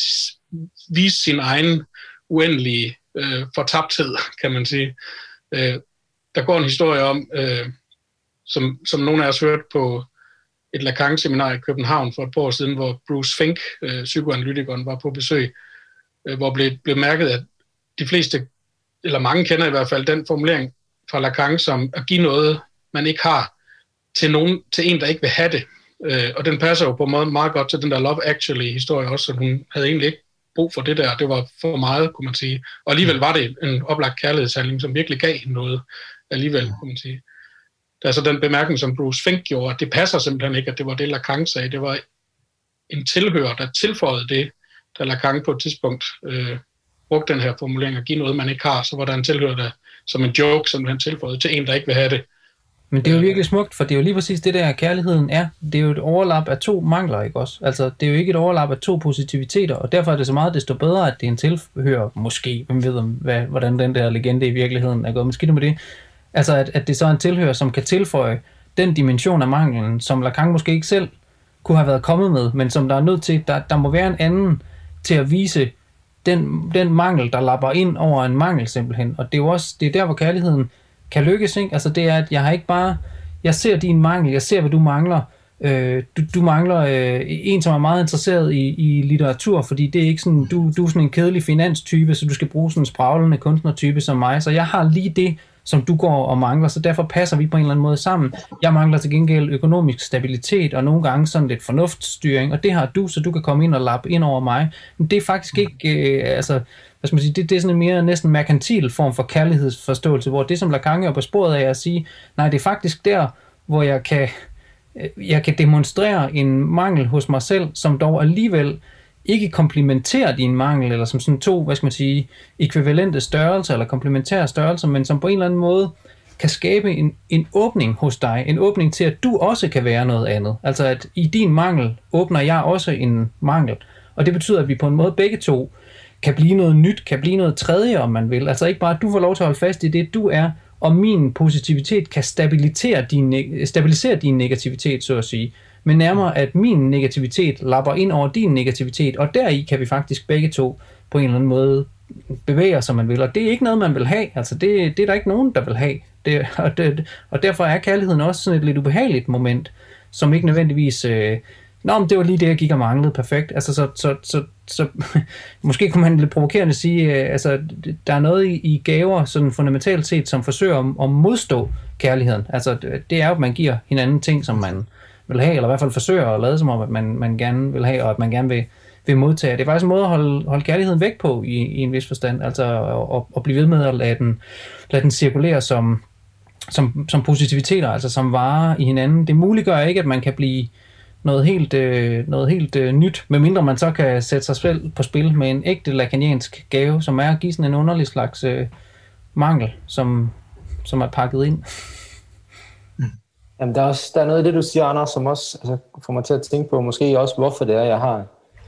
vise sin egen uendelige øh, fortabthed, kan man sige. Øh, der går en historie om, øh, som, som nogle af os hørte på et Lacan-seminar i København for et par år siden, hvor Bruce Fink, øh, psykoanalytikeren, var på besøg, øh, hvor blev, blev mærket, at de fleste, eller mange kender i hvert fald, den formulering fra Lacan, som at give noget, man ikke har, til, nogen, til en, der ikke vil have det. Øh, og den passer jo på en måde meget godt til den der Love Actually-historie også, så hun havde egentlig ikke brug for det der. Det var for meget, kunne man sige. Og alligevel var det en oplagt kærlighedshandling, som virkelig gav hende noget alligevel, kunne man sige. Der er så den bemærkning, som Bruce Fink gjorde, at det passer simpelthen ikke, at det var det, Lacan sagde. Det var en tilhører, der tilføjede det, da Lacan på et tidspunkt øh, brugte den her formulering at give noget, man ikke har, så var der en tilhører, der som en joke, som han tilføjede til en, der ikke vil have det. Men det er jo virkelig smukt, for det er jo lige præcis det der, kærligheden er. Det er jo et overlap af to mangler, ikke også? Altså, det er jo ikke et overlap af to positiviteter, og derfor er det så meget desto bedre, at det er en tilhører, måske, hvem ved om, hvad, hvordan den der legende i virkeligheden er gået. Men skidt med det. Altså, at, at det så er en tilhører, som kan tilføje den dimension af manglen, som Lacan måske ikke selv kunne have været kommet med, men som der er nødt til, der, der må være en anden til at vise den, den mangel, der lapper ind over en mangel simpelthen. Og det er jo også, det er der, hvor kærligheden kan lykkes, ikke? Altså det er, at jeg har ikke bare, jeg ser din mangel, jeg ser, hvad du mangler. Øh, du, du mangler øh, en, som er meget interesseret i, i litteratur, fordi det er ikke sådan, du, du er sådan en kedelig finanstype, så du skal bruge sådan en spraglende kunstnertype som mig, så jeg har lige det, som du går og mangler, så derfor passer vi på en eller anden måde sammen. Jeg mangler til gengæld økonomisk stabilitet, og nogle gange sådan lidt fornuftsstyring, og det har du, så du kan komme ind og lappe ind over mig. Men det er faktisk ikke, øh, altså, hvad skal man sige, det, det er sådan en mere næsten merkantil form for kærlighedsforståelse, hvor det, som Lacan er på sporet af at sige, nej, det er faktisk der, hvor jeg kan, jeg kan demonstrere en mangel hos mig selv, som dog alligevel ikke komplementerer din mangel, eller som sådan to, hvad skal man sige, ekvivalente størrelser, eller komplementære størrelser, men som på en eller anden måde kan skabe en, en åbning hos dig, en åbning til, at du også kan være noget andet. Altså at i din mangel åbner jeg også en mangel, og det betyder, at vi på en måde begge to kan blive noget nyt, kan blive noget tredje, om man vil. Altså ikke bare, at du får lov til at holde fast i det, du er, og min positivitet kan stabilisere din, stabilisere din negativitet, så at sige. Men nærmere, at min negativitet lapper ind over din negativitet, og deri kan vi faktisk begge to på en eller anden måde bevæge os, som man vil. Og det er ikke noget, man vil have. Altså, det, det er der ikke nogen, der vil have. Det, og, det, og derfor er kærligheden også sådan et lidt ubehageligt moment, som ikke nødvendigvis... Øh, Nå, men det var lige det, jeg gik og manglede. Perfekt. Altså, så, så, så, så måske kunne man lidt provokerende sige, øh, altså, der er noget i, i gaver, sådan fundamentalt set, som forsøger at, at modstå kærligheden. Altså, det er jo, at man giver hinanden ting, som man vil have, eller i hvert fald forsøger at lade som om, at man, man gerne vil have, og at man gerne vil, vil modtage. Det er faktisk en måde at holde, holde kærligheden væk på, i, i en vis forstand. Altså, at, at blive ved med at lade den, lade den cirkulere som, som, som positiviteter, altså som varer i hinanden. Det muliggør ikke, at man kan blive noget helt, øh, noget helt øh, nyt, medmindre man så kan sætte sig selv på spil med en ægte lacaniansk gave, som er at give sådan en underlig slags øh, mangel, som, som er pakket ind. Jamen, der er, også, der er noget af det, du siger, Anders, som også altså, får mig til at tænke på, måske også, hvorfor det er, jeg har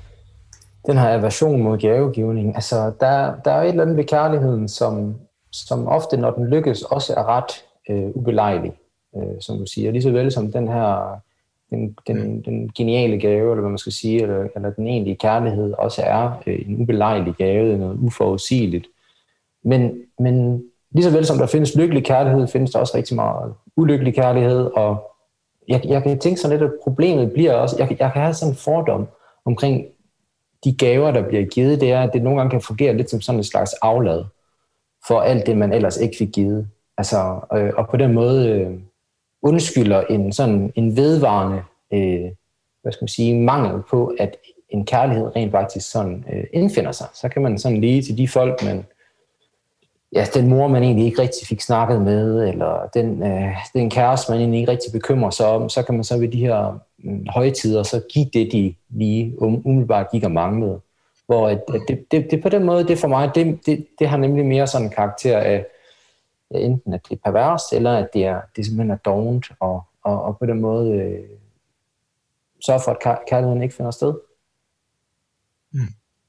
den her aversion mod gavegivning. Altså, der, der er et eller andet ved kærligheden, som, som ofte, når den lykkes, også er ret øh, ubelejlig, øh, som du siger. Lige så vel som den her den, den, den geniale gave, eller hvad man skal sige, eller, eller den egentlige kærlighed, også er øh, en ubelejlig gave, noget uforudsigeligt. Men, men lige så vel som der findes lykkelig kærlighed, findes der også rigtig meget ulykkelig kærlighed, og jeg, jeg kan tænke sådan lidt, at problemet bliver også, jeg, jeg kan have sådan en fordom omkring de gaver, der bliver givet, det er, at det nogle gange kan fungere lidt som sådan en slags aflad for alt det, man ellers ikke fik givet. Altså, øh, og på den måde øh, undskylder en sådan en vedvarende øh, hvad skal man sige, mangel på, at en kærlighed rent faktisk sådan øh, indfinder sig. Så kan man sådan lige til de folk, man ja, den mor, man egentlig ikke rigtig fik snakket med, eller den, øh, den kæreste, man egentlig ikke rigtig bekymrer sig om, så kan man så ved de her øh, højtider, så give det, de lige um, umiddelbart gik og manglede. Hvor at, at det, det, det på den måde, det for mig, det, det, det har nemlig mere sådan en karakter af, ja, enten at det er perverst, eller at det, er, det simpelthen er dovent, og, og, og på den måde øh, sørge for, at kærligheden ikke finder sted. Mm.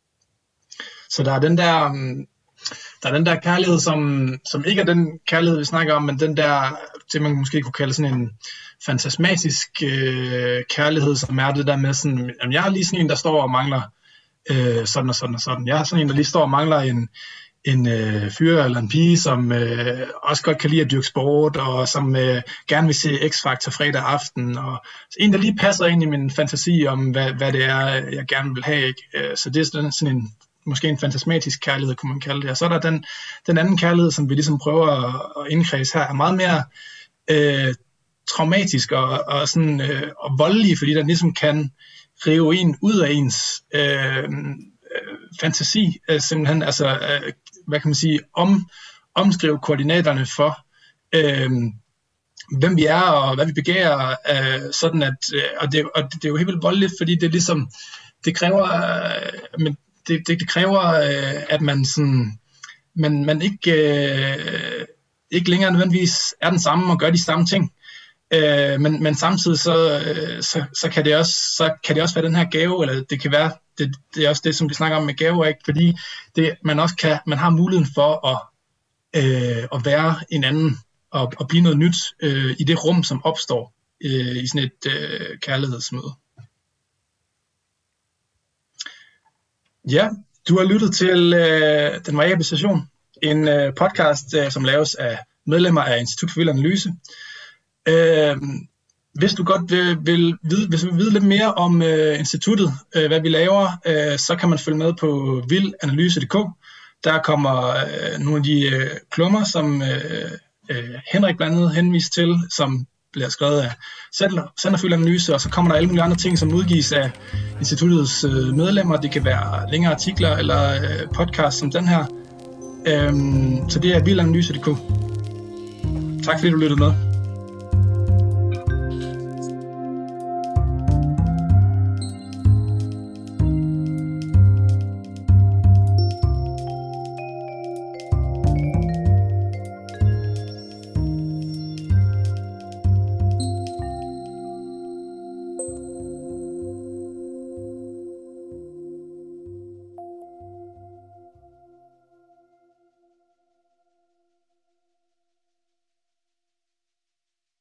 Så der er den der... Um Der er den der kærlighed, som, som ikke er den kærlighed, vi snakker om, men den der, det man måske kunne kalde sådan en fantasmatisk øh, kærlighed, som er det der med sådan, jamen jeg er lige sådan en, der står og mangler øh, sådan og sådan og sådan. Jeg er sådan en, der lige står og mangler en, en øh, fyr eller en pige, som øh, også godt kan lide at dyrke sport, og som øh, gerne vil se X-Factor fredag aften, og en, der lige passer ind i min fantasi om, hvad, hvad det er, jeg gerne vil have. Ikke? Så det er sådan, sådan en måske en fantasmatisk kærlighed, kunne man kalde det. Og så er der den, den anden kærlighed, som vi ligesom prøver at, at indkredse her, er meget mere øh, traumatisk og, og, sådan, øh, og voldelig, fordi den ligesom kan rive en ud af ens øh, øh, fantasi, øh, simpelthen, altså, øh, hvad kan man sige, om, omskrive koordinaterne for, øh, hvem vi er, og hvad vi begærer, øh, sådan at, øh, og, det, og det, det er jo helt vildt voldeligt, fordi det er ligesom, det kræver, øh, men det, det, det kræver, øh, at man, sådan, man, man ikke, øh, ikke længere nødvendigvis er den samme og gør de samme ting. Øh, men, men samtidig så, øh, så, så, kan det også, så kan det også være den her gave, eller det kan være, det, det er også det, som vi snakker om med gaver, ikke? Fordi det, man også kan, man har muligheden for at, øh, at være en anden, og, og blive noget nyt øh, i det rum, som opstår øh, i sådan et øh, kærlighedsmøde. Ja, du har lyttet til øh, Den Variable Station, en øh, podcast, øh, som laves af medlemmer af Institut for Vild Analyse. Øh, hvis du godt vil, vil, vide, hvis du vil vide lidt mere om øh, instituttet, øh, hvad vi laver, øh, så kan man følge med på vildanalyse punktum d k. Der kommer øh, nogle af de øh, klummer, som øh, øh, Henrik blandt andet henvist til, som bliver skrevet af Center for Analyse, og så kommer der alle mulige andre ting, som udgives af instituttets øh, medlemmer. Det kan være længere artikler eller øh, podcast som den her. Øh, så det er vildanalyse punktum d k. Tak fordi du lyttede med.